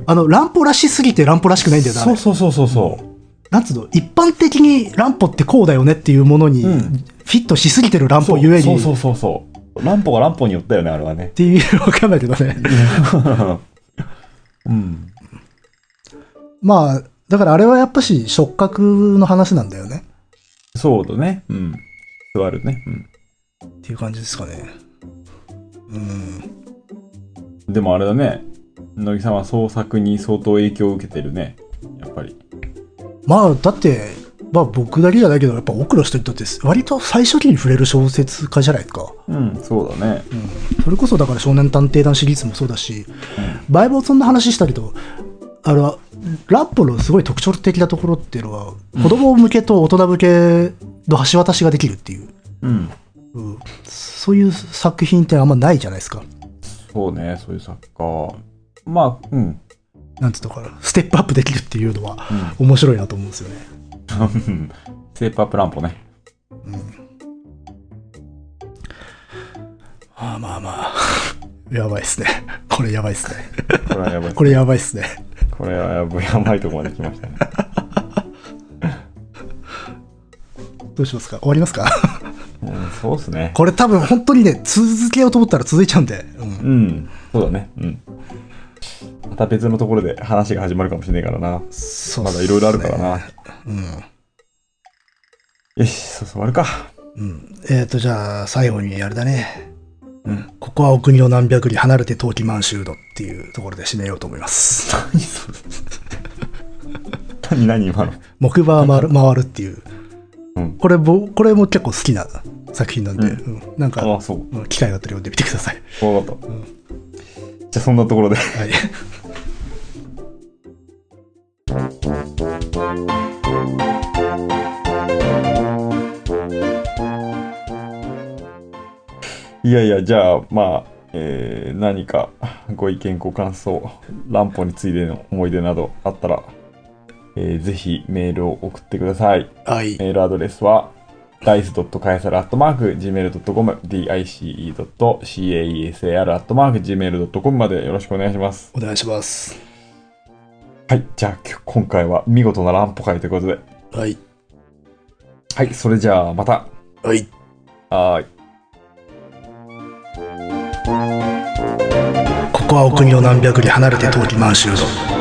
B: あの乱歩らしすぎて乱歩らしくないんだよな。
A: そうそうそうそうそう。うん、
B: なんつうの、一般的に乱歩ってこうだよねっていうものにフィットしすぎてる乱歩ゆえに、
A: そうそうそうそう乱歩が乱歩によったよね、あれはね。
B: っていうわかんないけどね。うん。まあだからあれはやっぱし触覚の話なんだよね。
A: そうだね。うん。座るね。
B: うん。っていう感じですかね。うん。
A: でもあれだね。乃木さんは創作に相当影響を受けてるね。やっぱり。
B: まあだって、まあ僕だけじゃないけど、やっぱ多くの人にとって割と最初期に触れる小説家じゃないか。
A: うん、そうだね。
B: うん。それこそだから少年探偵団シリーズもそうだし、うん、バイブそんな話したけど、あれは乱歩のすごい特徴的なところっていうのは、うん、子供向けと大人向けの橋渡しができるっていう、うんうん、そういう作品ってあんまないじゃないですか。
A: そうね、そういう作家。まあ、うん。
B: なんつうのかな、ステップアップできるっていうのは、うん、面白いなと思うんですよね。
A: ステップアップ乱歩ね。
B: うん。 あまあまあ。やばいっすね。これやばいっすね。
A: これはやばいっすね。
B: これやばいっすね。
A: これはやばい、やばいとこまで来ましたね。
B: どうしますか？終わりますか？
A: うん、そうっすね。
B: これ多分本当にね、続けようと思ったら続いちゃうんで。うん。
A: うん、そうだね。うん。また別のところで話が始まるかもしれないからな。
B: そうっすね。
A: まだいろいろあるからな。
B: うん。
A: よし、そうそう終わるか。
B: うん。えっ、ー、と、じゃあ、最後にあれだね。
A: うん。
B: ここはお国を何百里離れて陶器満州度っていうところで締めようと思います。
A: 何それ何何今の
B: 木馬は回る、回るっていう。
A: うん、こ
B: れぼ、これも結構好きな作品なんで、うんうん、なんか、
A: あそう、
B: 機会があったら読んでみてください。
A: わかった。うん、じゃあそんなところで。はい。いやいや、じゃあ、まあ、えー、何かご意見、ご感想、乱歩についての思い出などあったら、えー、ぜひメールを送ってください。
B: はい。
A: メールアドレスは、ダイスドットカエサルアットマークジーメールドットコム、ディーアイシーイードットカエサルアットマークジーメールドットコム までよろしくお願いします。
B: お願いします。
A: はい、じゃあ今回は見事な乱歩会ということで。
B: はい。
A: はい、それじゃあまた。
B: はい。
A: はーい。
B: ここはお国を何百里離れて陶器満州度。